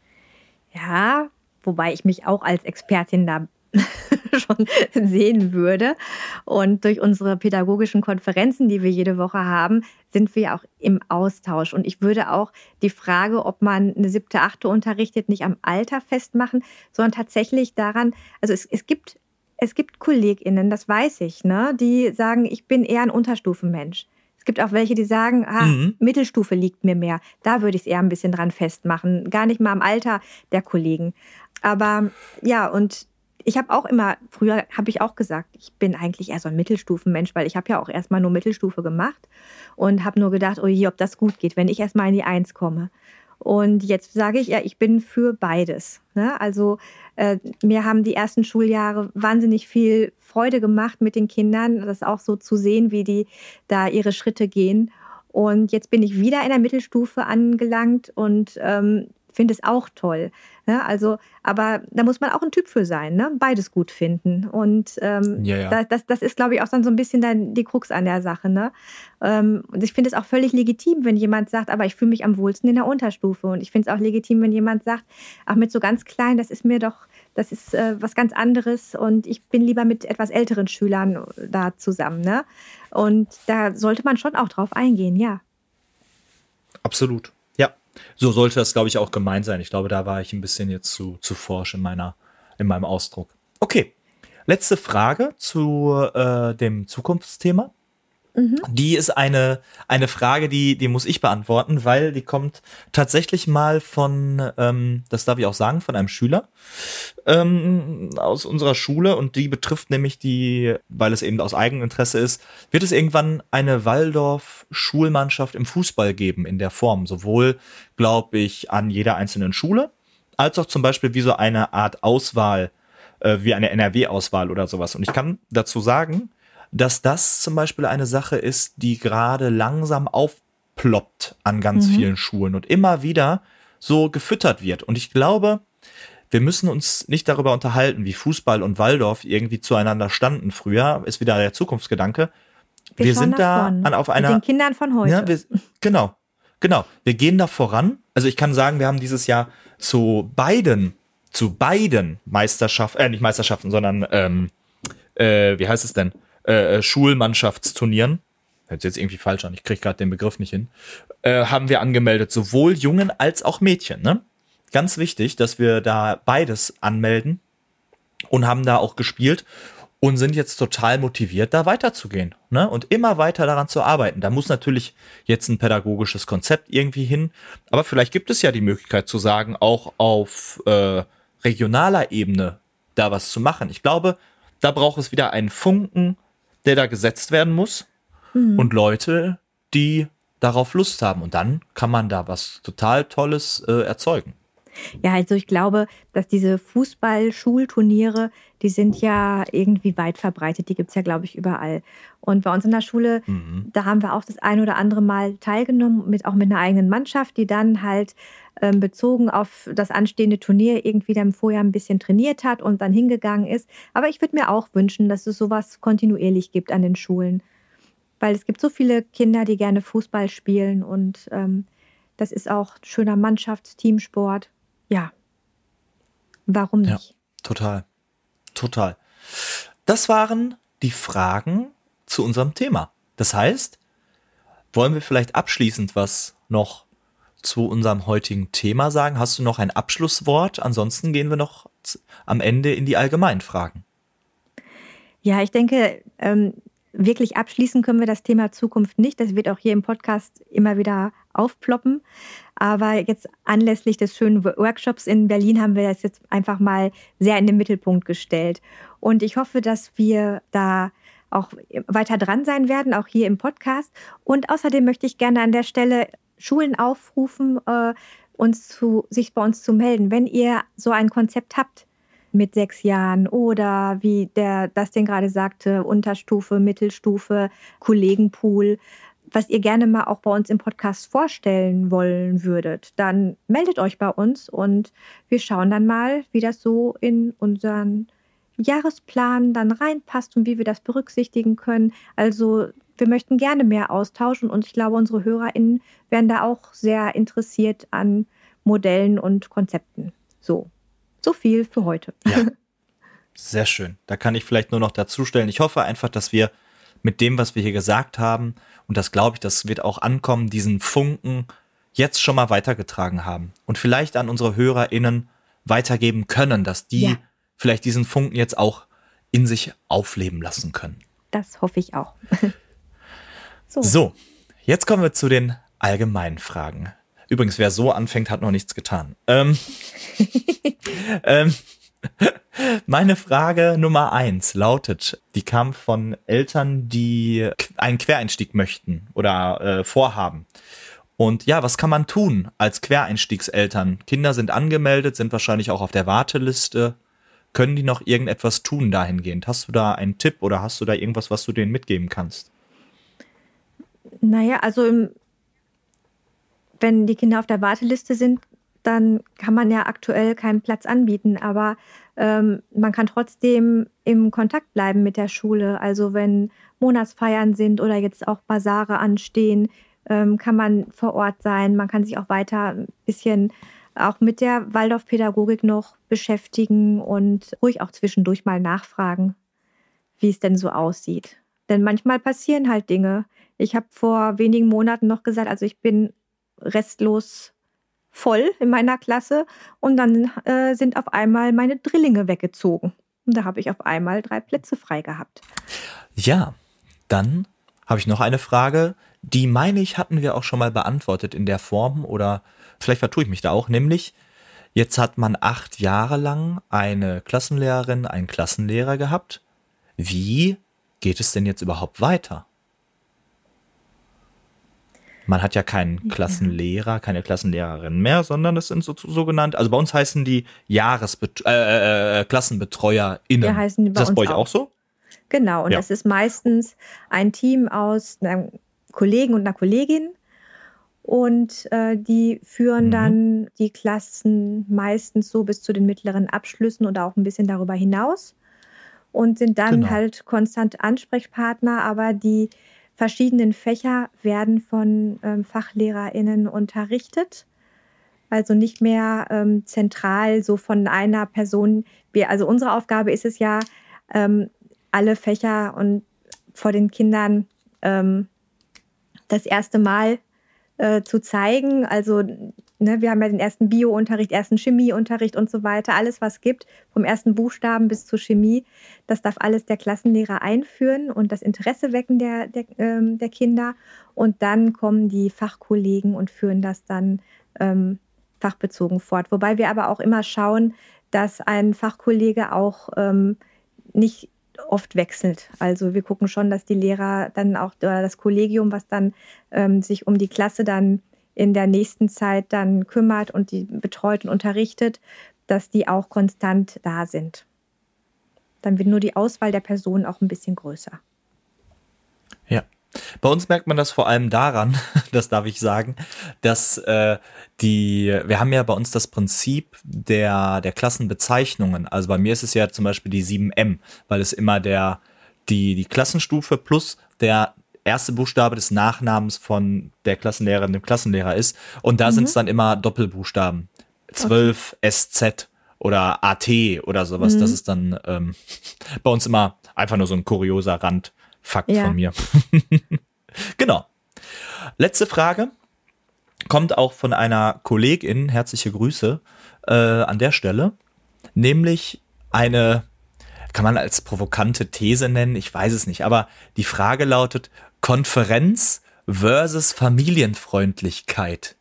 Ja, wobei ich mich auch als Expertin da schon sehen würde. Und durch unsere pädagogischen Konferenzen, die wir jede Woche haben, sind wir auch im Austausch. Und ich würde auch die Frage, ob man eine siebte, achte unterrichtet, nicht am Alter festmachen, sondern tatsächlich daran, also es, es gibt, es gibt KollegInnen, das weiß ich, ne, die sagen, ich bin eher ein Unterstufenmensch. Es gibt auch welche, die sagen, ah,
Mhm.
Mittelstufe liegt mir mehr. Da würde ich es eher ein bisschen dran festmachen. Gar nicht mal am Alter der Kollegen. Aber ja, und ich habe auch immer, früher habe ich auch gesagt, ich bin eigentlich eher so ein Mittelstufenmensch, weil ich habe ja auch erstmal nur Mittelstufe gemacht und habe nur gedacht, oh je, ob das gut geht, wenn ich erstmal in die Eins komme. Und jetzt sage ich, ja, ich bin für beides. Ne? Also äh, mir haben die ersten Schuljahre wahnsinnig viel Freude gemacht mit den Kindern, das auch so zu sehen, wie die da ihre Schritte gehen. Und jetzt bin ich wieder in der Mittelstufe angelangt und ähm, finde es auch toll. Ne? Also, aber da muss man auch ein Typ für sein, ne? Beides gut finden. Und ähm,
Ja, ja.
da, das, das ist, glaube ich, auch dann so ein bisschen dann die Krux an der Sache. Ne? Ähm, und ich finde es auch völlig legitim, wenn jemand sagt, aber ich fühle mich am wohlsten in der Unterstufe. Und ich finde es auch legitim, wenn jemand sagt, ach, mit so ganz klein, das ist mir doch, das ist äh, was ganz anderes und ich bin lieber mit etwas älteren Schülern da zusammen. Ne? Und da sollte man schon auch drauf eingehen, ja.
Absolut. Ja, so sollte das, glaube ich, auch gemeint sein. Ich glaube, da war ich ein bisschen jetzt zu, zu forsch in meiner, in meinem Ausdruck. Okay, letzte Frage zu äh, dem Zukunftsthema. Die ist eine, eine Frage, die, die muss ich beantworten, weil die kommt tatsächlich mal von, ähm, das darf ich auch sagen, von einem Schüler ähm, aus unserer Schule, und die betrifft nämlich die, weil es eben aus Eigeninteresse ist, wird es irgendwann eine Waldorf-Schulmannschaft im Fußball geben in der Form, sowohl, glaube ich, an jeder einzelnen Schule, als auch zum Beispiel wie so eine Art Auswahl, äh, wie eine N R W-Auswahl oder sowas. Und ich kann dazu sagen, dass das zum Beispiel eine Sache ist, die gerade langsam aufploppt an ganz
Mhm.
vielen Schulen und immer wieder so gefüttert wird. Und ich glaube, wir müssen uns nicht darüber unterhalten, wie Fußball und Waldorf irgendwie zueinander standen früher, ist wieder der Zukunftsgedanke. Wir,
Wir schauen
sind
nach
da
vorn.
an, auf
Mit
einer,
den Kindern von heute.
ja, wir, genau, genau, wir gehen da voran. Also ich kann sagen, wir haben dieses Jahr zu beiden, zu beiden Meisterschaften, äh, nicht Meisterschaften, sondern, ähm, äh, wie heißt es denn? Äh, Schulmannschaftsturnieren, hört sich jetzt irgendwie falsch an, ich kriege gerade den Begriff nicht hin, äh, haben wir angemeldet, sowohl Jungen als auch Mädchen. Ne? Ganz wichtig, dass wir da beides anmelden, und haben da auch gespielt und sind jetzt total motiviert, da weiterzugehen, ne? Und immer weiter daran zu arbeiten. Da muss natürlich jetzt ein pädagogisches Konzept irgendwie hin, aber vielleicht gibt es ja die Möglichkeit zu sagen, auch auf äh, regionaler Ebene da was zu machen. Ich glaube, da braucht es wieder einen Funken, der da gesetzt werden muss, und Leute, die darauf Lust haben. Und dann kann man da was total Tolles äh, erzeugen.
Ja, also ich glaube, dass diese Fußball-Schulturniere, die sind ja irgendwie weit verbreitet. Die gibt's ja, glaube ich, überall. Und bei uns in der Schule,
Mhm.
da haben wir auch das ein oder andere Mal teilgenommen, mit, auch mit einer eigenen Mannschaft, die dann halt ähm, bezogen auf das anstehende Turnier irgendwie dann vorher ein bisschen trainiert hat und dann hingegangen ist. Aber ich würde mir auch wünschen, dass es sowas kontinuierlich gibt an den Schulen. Weil es gibt so viele Kinder, die gerne Fußball spielen und ähm, das ist auch schöner Mannschaftsteamsport. Ja, warum
Ja,
nicht?
total. Total. Das waren die Fragen zu unserem Thema. Das heißt, wollen wir vielleicht abschließend was noch zu unserem heutigen Thema sagen? Hast du noch ein Abschlusswort? Ansonsten gehen wir noch z- am Ende in die Allgemeinfragen.
Ja, ich denke, ähm, wirklich abschließen können wir das Thema Zukunft nicht. Das wird auch hier im Podcast immer wieder aufploppen. Aber jetzt anlässlich des schönen Workshops in Berlin haben wir das jetzt einfach mal sehr in den Mittelpunkt gestellt. Und ich hoffe, dass wir da auch weiter dran sein werden, auch hier im Podcast. Und außerdem möchte ich gerne an der Stelle Schulen aufrufen, äh, uns zu, sich bei uns zu melden, wenn ihr so ein Konzept habt mit sechs Jahren oder wie der Dustin gerade sagte, Unterstufe, Mittelstufe, Kollegenpool, was ihr gerne mal auch bei uns im Podcast vorstellen wollen würdet, dann meldet euch bei uns und wir schauen dann mal, wie das so in unseren Jahresplan dann reinpasst und wie wir das berücksichtigen können. Also wir möchten gerne mehr austauschen und ich glaube, unsere HörerInnen wären da auch sehr interessiert an Modellen und Konzepten. So, so viel für heute.
Ja, sehr schön. Da kann ich vielleicht nur noch dazu stellen. Ich hoffe einfach, dass wir mit dem, was wir hier gesagt haben, und das glaube ich, das wird auch ankommen, diesen Funken jetzt schon mal weitergetragen haben und vielleicht an unsere HörerInnen weitergeben können, dass die
Ja.
vielleicht diesen Funken jetzt auch in sich aufleben lassen können.
Das hoffe ich auch. So.
So, jetzt kommen wir zu den allgemeinen Fragen. Übrigens, wer so anfängt, hat noch nichts getan. Ähm, ähm, meine Frage Nummer eins lautet, die kam von Eltern, die einen Quereinstieg möchten oder äh, vorhaben. Und ja, was kann man tun als Quereinstiegseltern? Kinder sind angemeldet, sind wahrscheinlich auch auf der Warteliste. Können die noch irgendetwas tun dahingehend? Hast du da einen Tipp oder hast du da irgendwas, was du denen mitgeben kannst?
Naja, also im, wenn die Kinder auf der Warteliste sind, dann kann man ja aktuell keinen Platz anbieten. Aber ähm, man kann trotzdem im Kontakt bleiben mit der Schule. Also wenn Monatsfeiern sind oder jetzt auch Basare anstehen, ähm, kann man vor Ort sein. Man kann sich auch weiter ein bisschen auch mit der Waldorfpädagogik noch beschäftigen und ruhig auch zwischendurch mal nachfragen, wie es denn so aussieht. Denn manchmal passieren halt Dinge. Ich habe vor wenigen Monaten noch gesagt, also ich bin restlos voll in meiner Klasse und dann äh, sind auf einmal meine Drillinge weggezogen. Und da habe ich auf einmal drei Plätze frei gehabt.
Ja, dann habe ich noch eine Frage, die meine ich, hatten wir auch schon mal beantwortet in der Form oder vielleicht vertue ich mich da auch, nämlich jetzt hat man acht Jahre lang eine Klassenlehrerin, einen Klassenlehrer gehabt. Wie geht es denn jetzt überhaupt weiter? Man hat ja keinen Klassenlehrer, keine Klassenlehrerin mehr, sondern es sind so sogenannte, also bei uns heißen die Jahresbet äh, äh, KlassenbetreuerInnen.
Wir heißen die bei
Ist das
uns
bei euch
auch.
auch so?
Genau, und
Ja.
das ist meistens ein Team aus einem Kollegen und einer Kollegin. Und äh, die führen
Mhm.
dann die Klassen meistens so bis zu den mittleren Abschlüssen oder auch ein bisschen darüber hinaus und sind dann
Genau.
halt konstant Ansprechpartner, aber die verschiedenen Fächer werden von ähm, FachlehrerInnen unterrichtet. Also nicht mehr ähm, zentral so von einer Person. Wir, also unsere Aufgabe ist es ja, ähm, alle Fächer und vor den Kindern ähm, das erste Mal äh, zu zeigen. Also ne, wir haben ja den ersten Bio-Unterricht, ersten Chemieunterricht und so weiter. Alles, was gibt, vom ersten Buchstaben bis zur Chemie, das darf alles der Klassenlehrer einführen und das Interesse wecken der, der, ähm, der Kinder. Und dann kommen die Fachkollegen und führen das dann ähm, fachbezogen fort. Wobei wir aber auch immer schauen, dass ein Fachkollege auch ähm, nicht oft wechselt. Also wir gucken schon, dass die Lehrer dann auch, oder das Kollegium, was dann ähm, sich um die Klasse dann in der nächsten Zeit dann kümmert und die betreut und unterrichtet, dass die auch konstant da sind. Dann wird nur die Auswahl der Personen auch ein bisschen größer.
Ja. Bei uns merkt man das vor allem daran, das darf ich sagen, dass äh, die, wir haben ja bei uns das Prinzip der, der Klassenbezeichnungen. Also bei mir ist es ja zum Beispiel die sieben M, weil es immer der, die, die Klassenstufe plus der erste Buchstabe des Nachnamens von der Klassenlehrerin, dem Klassenlehrer ist. Und da mhm. sind es dann immer Doppelbuchstaben. zwölf okay. S Z oder A T oder sowas. Mhm. Das ist dann ähm, bei uns immer einfach nur so ein kurioser Randfakt ja. von mir. Genau. Letzte Frage kommt auch von einer Kollegin, herzliche Grüße äh, an der Stelle, nämlich eine, kann man als provokante These nennen, ich weiß es nicht, aber die Frage lautet, Konferenz versus Familienfreundlichkeit.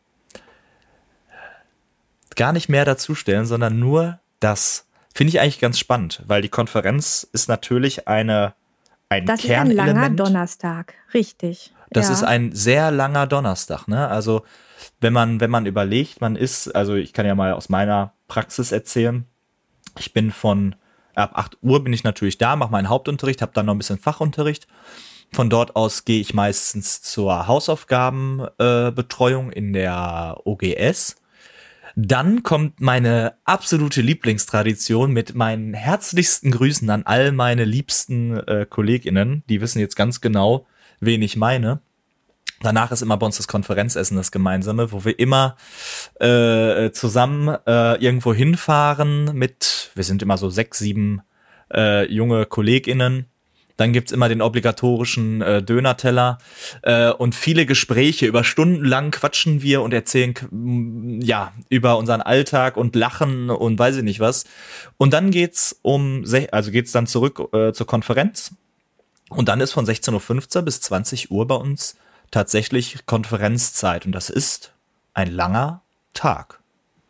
Gar nicht mehr dazustellen, sondern nur das. Finde ich eigentlich ganz spannend, weil die Konferenz ist natürlich eine ein
Das
Kernelement.
ist ein langer Donnerstag, richtig.
Das
ja.
ist ein sehr langer Donnerstag, ne? Also wenn man wenn man überlegt, man ist, also ich kann ja mal aus meiner Praxis erzählen. Ich bin von ab acht Uhr bin ich natürlich da, mache meinen Hauptunterricht, habe dann noch ein bisschen Fachunterricht. Von dort aus gehe ich meistens zur Hausaufgabenbetreuung äh, in der O G S. Dann kommt meine absolute Lieblingstradition mit meinen herzlichsten Grüßen an all meine liebsten äh, KollegInnen. Die wissen jetzt ganz genau, wen ich meine. Danach ist immer bei uns das Konferenzessen, das gemeinsame, wo wir immer äh, zusammen äh, irgendwo hinfahren mit, wir sind immer so sechs, sieben äh, junge KollegInnen. Dann gibt's immer den obligatorischen äh, Dönerteller äh, und viele Gespräche. Über Stunden lang quatschen wir und erzählen m, ja über unseren Alltag und lachen und weiß ich nicht was. Und dann geht's um, also geht's dann zurück äh, zur Konferenz. Und dann ist von sechzehn Uhr fünfzehn bis zwanzig Uhr bei uns tatsächlich Konferenzzeit. Und das ist ein langer Tag.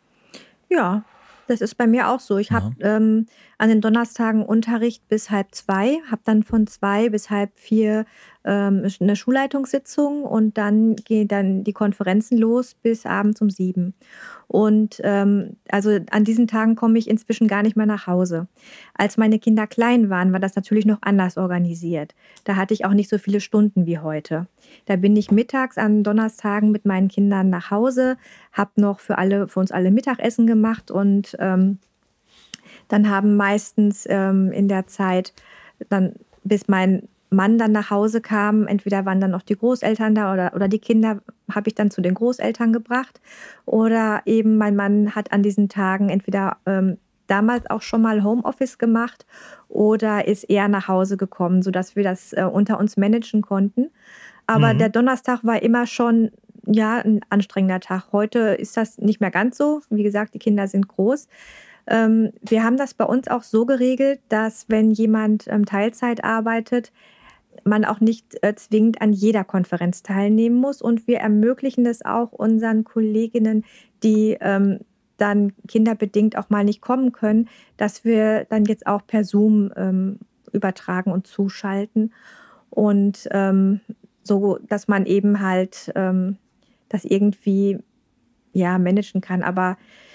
Ja, das ist bei mir auch so. Ich habe
Ja.
ähm, an den Donnerstagen Unterricht bis halb zwei, habe dann von zwei bis halb vier ähm, eine Schulleitungssitzung und dann gehen dann die Konferenzen los bis abends um sieben. Und ähm, also an diesen Tagen komme ich inzwischen gar nicht mehr nach Hause. Als meine Kinder klein waren, war das natürlich noch anders organisiert. Da hatte ich auch nicht so viele Stunden wie heute. Da bin ich mittags an Donnerstagen mit meinen Kindern nach Hause, habe noch für alle, für uns alle Mittagessen gemacht und ähm, dann haben meistens ähm, in der Zeit, dann bis mein Mann dann nach Hause kam, entweder waren dann noch die Großeltern da oder, oder die Kinder habe ich dann zu den Großeltern gebracht. Oder eben mein Mann hat an diesen Tagen entweder ähm, damals auch schon mal Homeoffice gemacht oder ist eher nach Hause gekommen, sodass wir das äh, unter uns managen konnten. Aber mhm. der Donnerstag war immer schon ja, ein anstrengender Tag. Heute ist das nicht mehr ganz so. Wie gesagt, die Kinder sind groß. Ähm, wir haben das bei uns auch so geregelt, dass wenn jemand ähm, Teilzeit arbeitet, man auch nicht äh, zwingend an jeder Konferenz teilnehmen muss. Und wir ermöglichen es auch unseren Kolleginnen, die ähm, dann kinderbedingt auch mal nicht kommen können, dass wir dann jetzt auch per Zoom ähm, übertragen und zuschalten. Und ähm, so, dass man eben halt ähm, das irgendwie ja, managen kann. Aber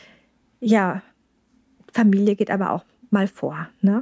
ja, Familie geht aber auch mal vor, ne?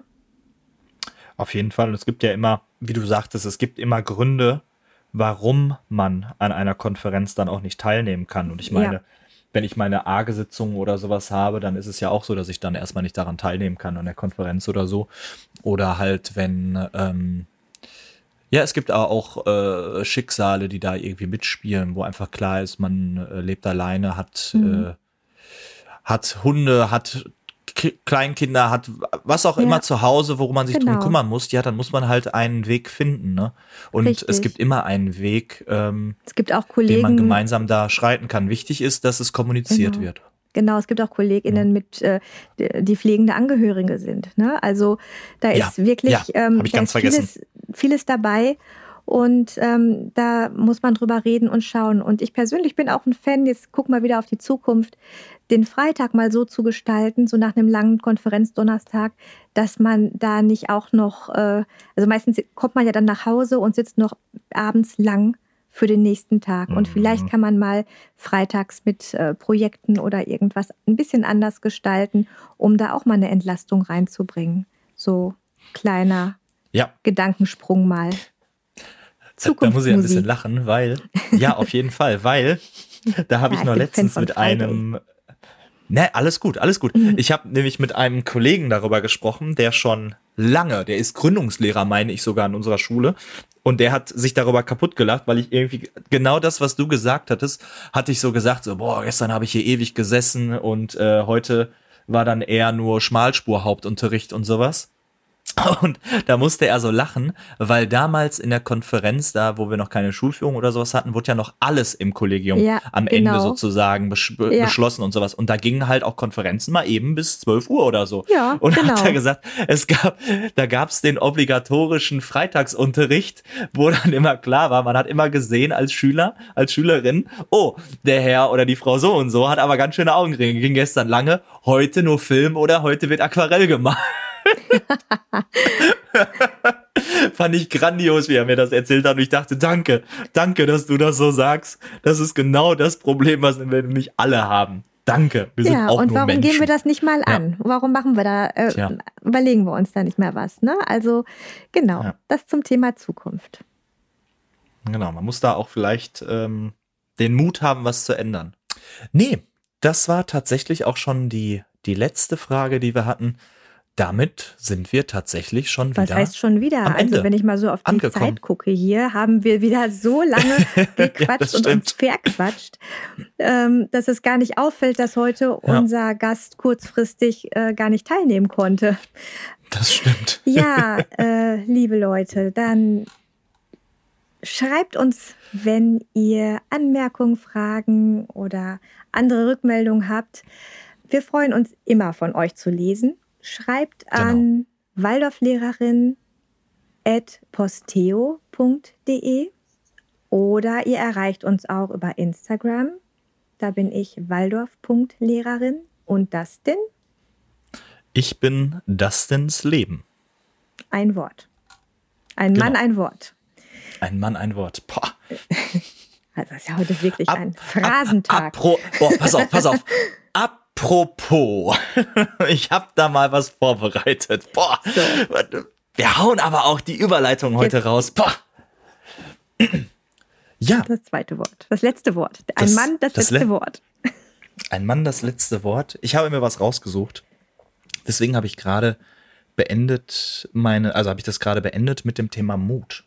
Auf jeden Fall. Und es gibt ja immer, wie du sagtest, es gibt immer Gründe, warum man an einer Konferenz dann auch nicht teilnehmen kann. Und ich meine, ja. wenn ich meine A G E-Sitzung oder sowas habe, dann ist es ja auch so, dass ich dann erstmal nicht daran teilnehmen kann, an der Konferenz oder so. Oder halt, wenn, ähm, ja, es gibt auch äh, Schicksale, die da irgendwie mitspielen, wo einfach klar ist, man äh, lebt alleine, hat, mhm. äh, hat Hunde, hat K- Kleinkinder, hat was auch ja. immer zu Hause, worum man sich genau. drum kümmern muss, ja, dann muss man halt einen Weg finden, ne? Und Richtig. Es gibt immer einen Weg, ähm,
es gibt auch Kollegen,
den man gemeinsam da schreiten kann. Wichtig ist, dass es kommuniziert
genau.
wird.
Genau, es gibt auch KollegInnen ja. mit, äh, die pflegende Angehörige sind, ne? Also da ist
ja.
wirklich
ja.
ähm,
Hab ich ganz vergessen.
Vieles, vieles dabei. Und ähm, da muss man drüber reden und schauen. Und ich persönlich bin auch ein Fan, jetzt guck mal wieder auf die Zukunft, den Freitag mal so zu gestalten, so nach einem langen Konferenzdonnerstag, dass man da nicht auch noch, äh, also meistens kommt man ja dann nach Hause und sitzt noch abends lang für den nächsten Tag. Und
Mhm.
vielleicht kann man mal freitags mit äh, Projekten oder irgendwas ein bisschen anders gestalten, um da auch mal eine Entlastung reinzubringen. So kleiner
Ja,
Gedankensprung mal.
da, da muss ich ein bisschen
Zukunftsmusik.
lachen, weil, ja, auf jeden Fall, weil da habe
Ja,
ich
ich
noch
bin Fan
letztens
von
mit
Friday.
einem, ne, alles gut, alles gut.
Mhm.
Ich habe nämlich mit einem Kollegen darüber gesprochen, der schon lange, der ist Gründungslehrer, meine ich sogar, an unserer Schule. Und der hat sich darüber kaputt gelacht, weil ich irgendwie genau das, was du gesagt hattest, hatte ich so gesagt, so, boah, gestern habe ich hier ewig gesessen und äh, heute war dann eher nur Schmalspur-Hauptunterricht und sowas. Und da musste er so lachen, weil damals in der Konferenz, da wo wir noch keine Schulführung oder sowas hatten, wurde ja noch alles im Kollegium
Ja,
am
genau.
Ende sozusagen besch be
Ja.
beschlossen und sowas. Und da gingen halt auch Konferenzen mal eben bis zwölf Uhr oder so.
Ja,
und
genau.
hat er gesagt, es gab, da gab's den obligatorischen Freitagsunterricht, wo dann immer klar war, man hat immer gesehen als Schüler, als Schülerin, oh, der Herr oder die Frau so und so hat aber ganz schöne Augenringe, ging gestern lange, heute nur Film oder heute wird Aquarell gemalt. Fand ich grandios, wie er mir das erzählt hat. Und ich dachte, danke, danke, dass du das so sagst. Das ist genau das Problem, was wir nämlich alle haben. Danke, wir sind
Ja,
auch
und
nur
warum
Menschen.
gehen wir das nicht mal
Ja.
an? Warum machen wir da, äh,
Tja.
überlegen wir uns da nicht mehr was, ne? Also, genau,
Ja.
das zum Thema Zukunft.
Genau, man muss da auch vielleicht ähm, den Mut haben, was zu ändern. Nee, das war tatsächlich auch schon die, die letzte Frage, die wir hatten. Damit sind wir tatsächlich schon
Was
wieder
heißt schon wieder?
am Ende
Also, wenn ich mal so auf die
angekommen.
Zeit gucke hier, haben wir wieder so lange gequatscht
das
und uns
stimmt.
verquatscht, ähm, dass es gar nicht auffällt, dass heute
Ja.
unser Gast kurzfristig äh, gar nicht teilnehmen konnte.
Das stimmt.
Ja, äh, liebe Leute, dann schreibt uns, wenn ihr Anmerkungen, Fragen oder andere Rückmeldungen habt. Wir freuen uns immer, von euch zu lesen. Schreibt
Genau.
an waldorflehrerin at posteo punkt de oder ihr erreicht uns auch über Instagram. Da bin ich waldorf punkt lehrerin und Dustin,
Ich bin Dustins Leben.
ein Wort. Ein
Genau.
Mann, ein Wort.
Ein Mann, ein Wort. Boah.
Also das ist ja heute wirklich
Ab-
ein Phrasentag.
Ab, apro, boah, pass auf, pass auf. Apropos, ich habe da mal was vorbereitet. Boah, wir hauen aber auch die Überleitung heute
Jetzt.
raus. Boah. Ja,
Das zweite Wort. Das letzte Wort. Ein
Das-
Mann, das,
das
letzte
Le-
Wort.
ein Mann, das letzte Wort. Ich habe mir was rausgesucht. Deswegen habe ich gerade beendet meine, also habe ich das gerade beendet mit dem Thema Mut.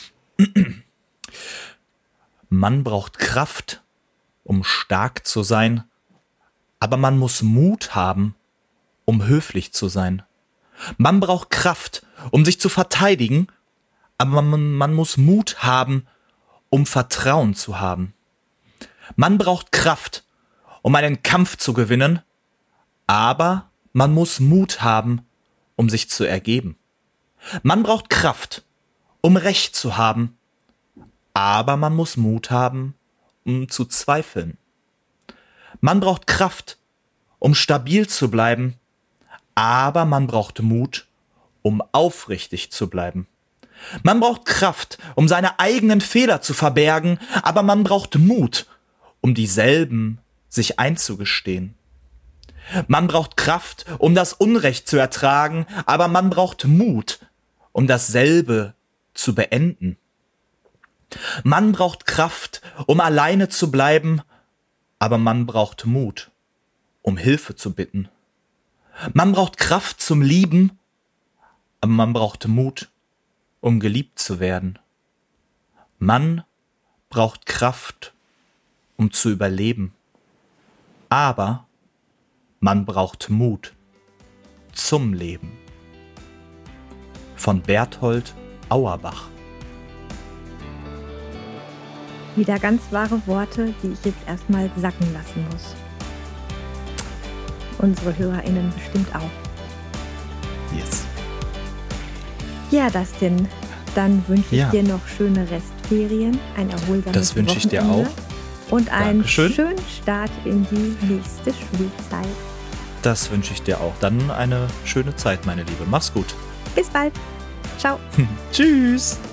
Man braucht Kraft, um stark zu sein, aber man muss Mut haben, um höflich zu sein. Man braucht Kraft, um sich zu verteidigen, aber man, man muss Mut haben, um Vertrauen zu haben. Man braucht Kraft, um einen Kampf zu gewinnen, aber man muss Mut haben, um sich zu ergeben. Man braucht Kraft, um Recht zu haben, aber man muss Mut haben, um zu zweifeln. Man braucht Kraft, um stabil zu bleiben, aber man braucht Mut, um aufrichtig zu bleiben. Man braucht Kraft, um seine eigenen Fehler zu verbergen, aber man braucht Mut, um dieselben sich einzugestehen. Man braucht Kraft, um das Unrecht zu ertragen, aber man braucht Mut, um dasselbe zu beenden. Man braucht Kraft, um alleine zu bleiben, aber man braucht Mut, um Hilfe zu bitten. Man braucht Kraft zum Lieben, aber man braucht Mut, um geliebt zu werden. Man braucht Kraft, um zu überleben, aber man braucht Mut zum Leben. Von Berthold Auerbach.
Wieder ganz wahre Worte, die ich jetzt erstmal sacken lassen muss. Unsere HörerInnen bestimmt auch.
Yes.
Ja, Dustin, dann wünsche ich
Ja.
dir noch schöne Restferien, ein erholsames
Das wünsche ich dir
Wochenende
auch.
und einen
Dankeschön.
schönen Start in die nächste Schulzeit.
Das wünsche ich dir auch. Dann eine schöne Zeit, meine Liebe. Mach's gut.
Bis bald. Ciao.
Tschüss.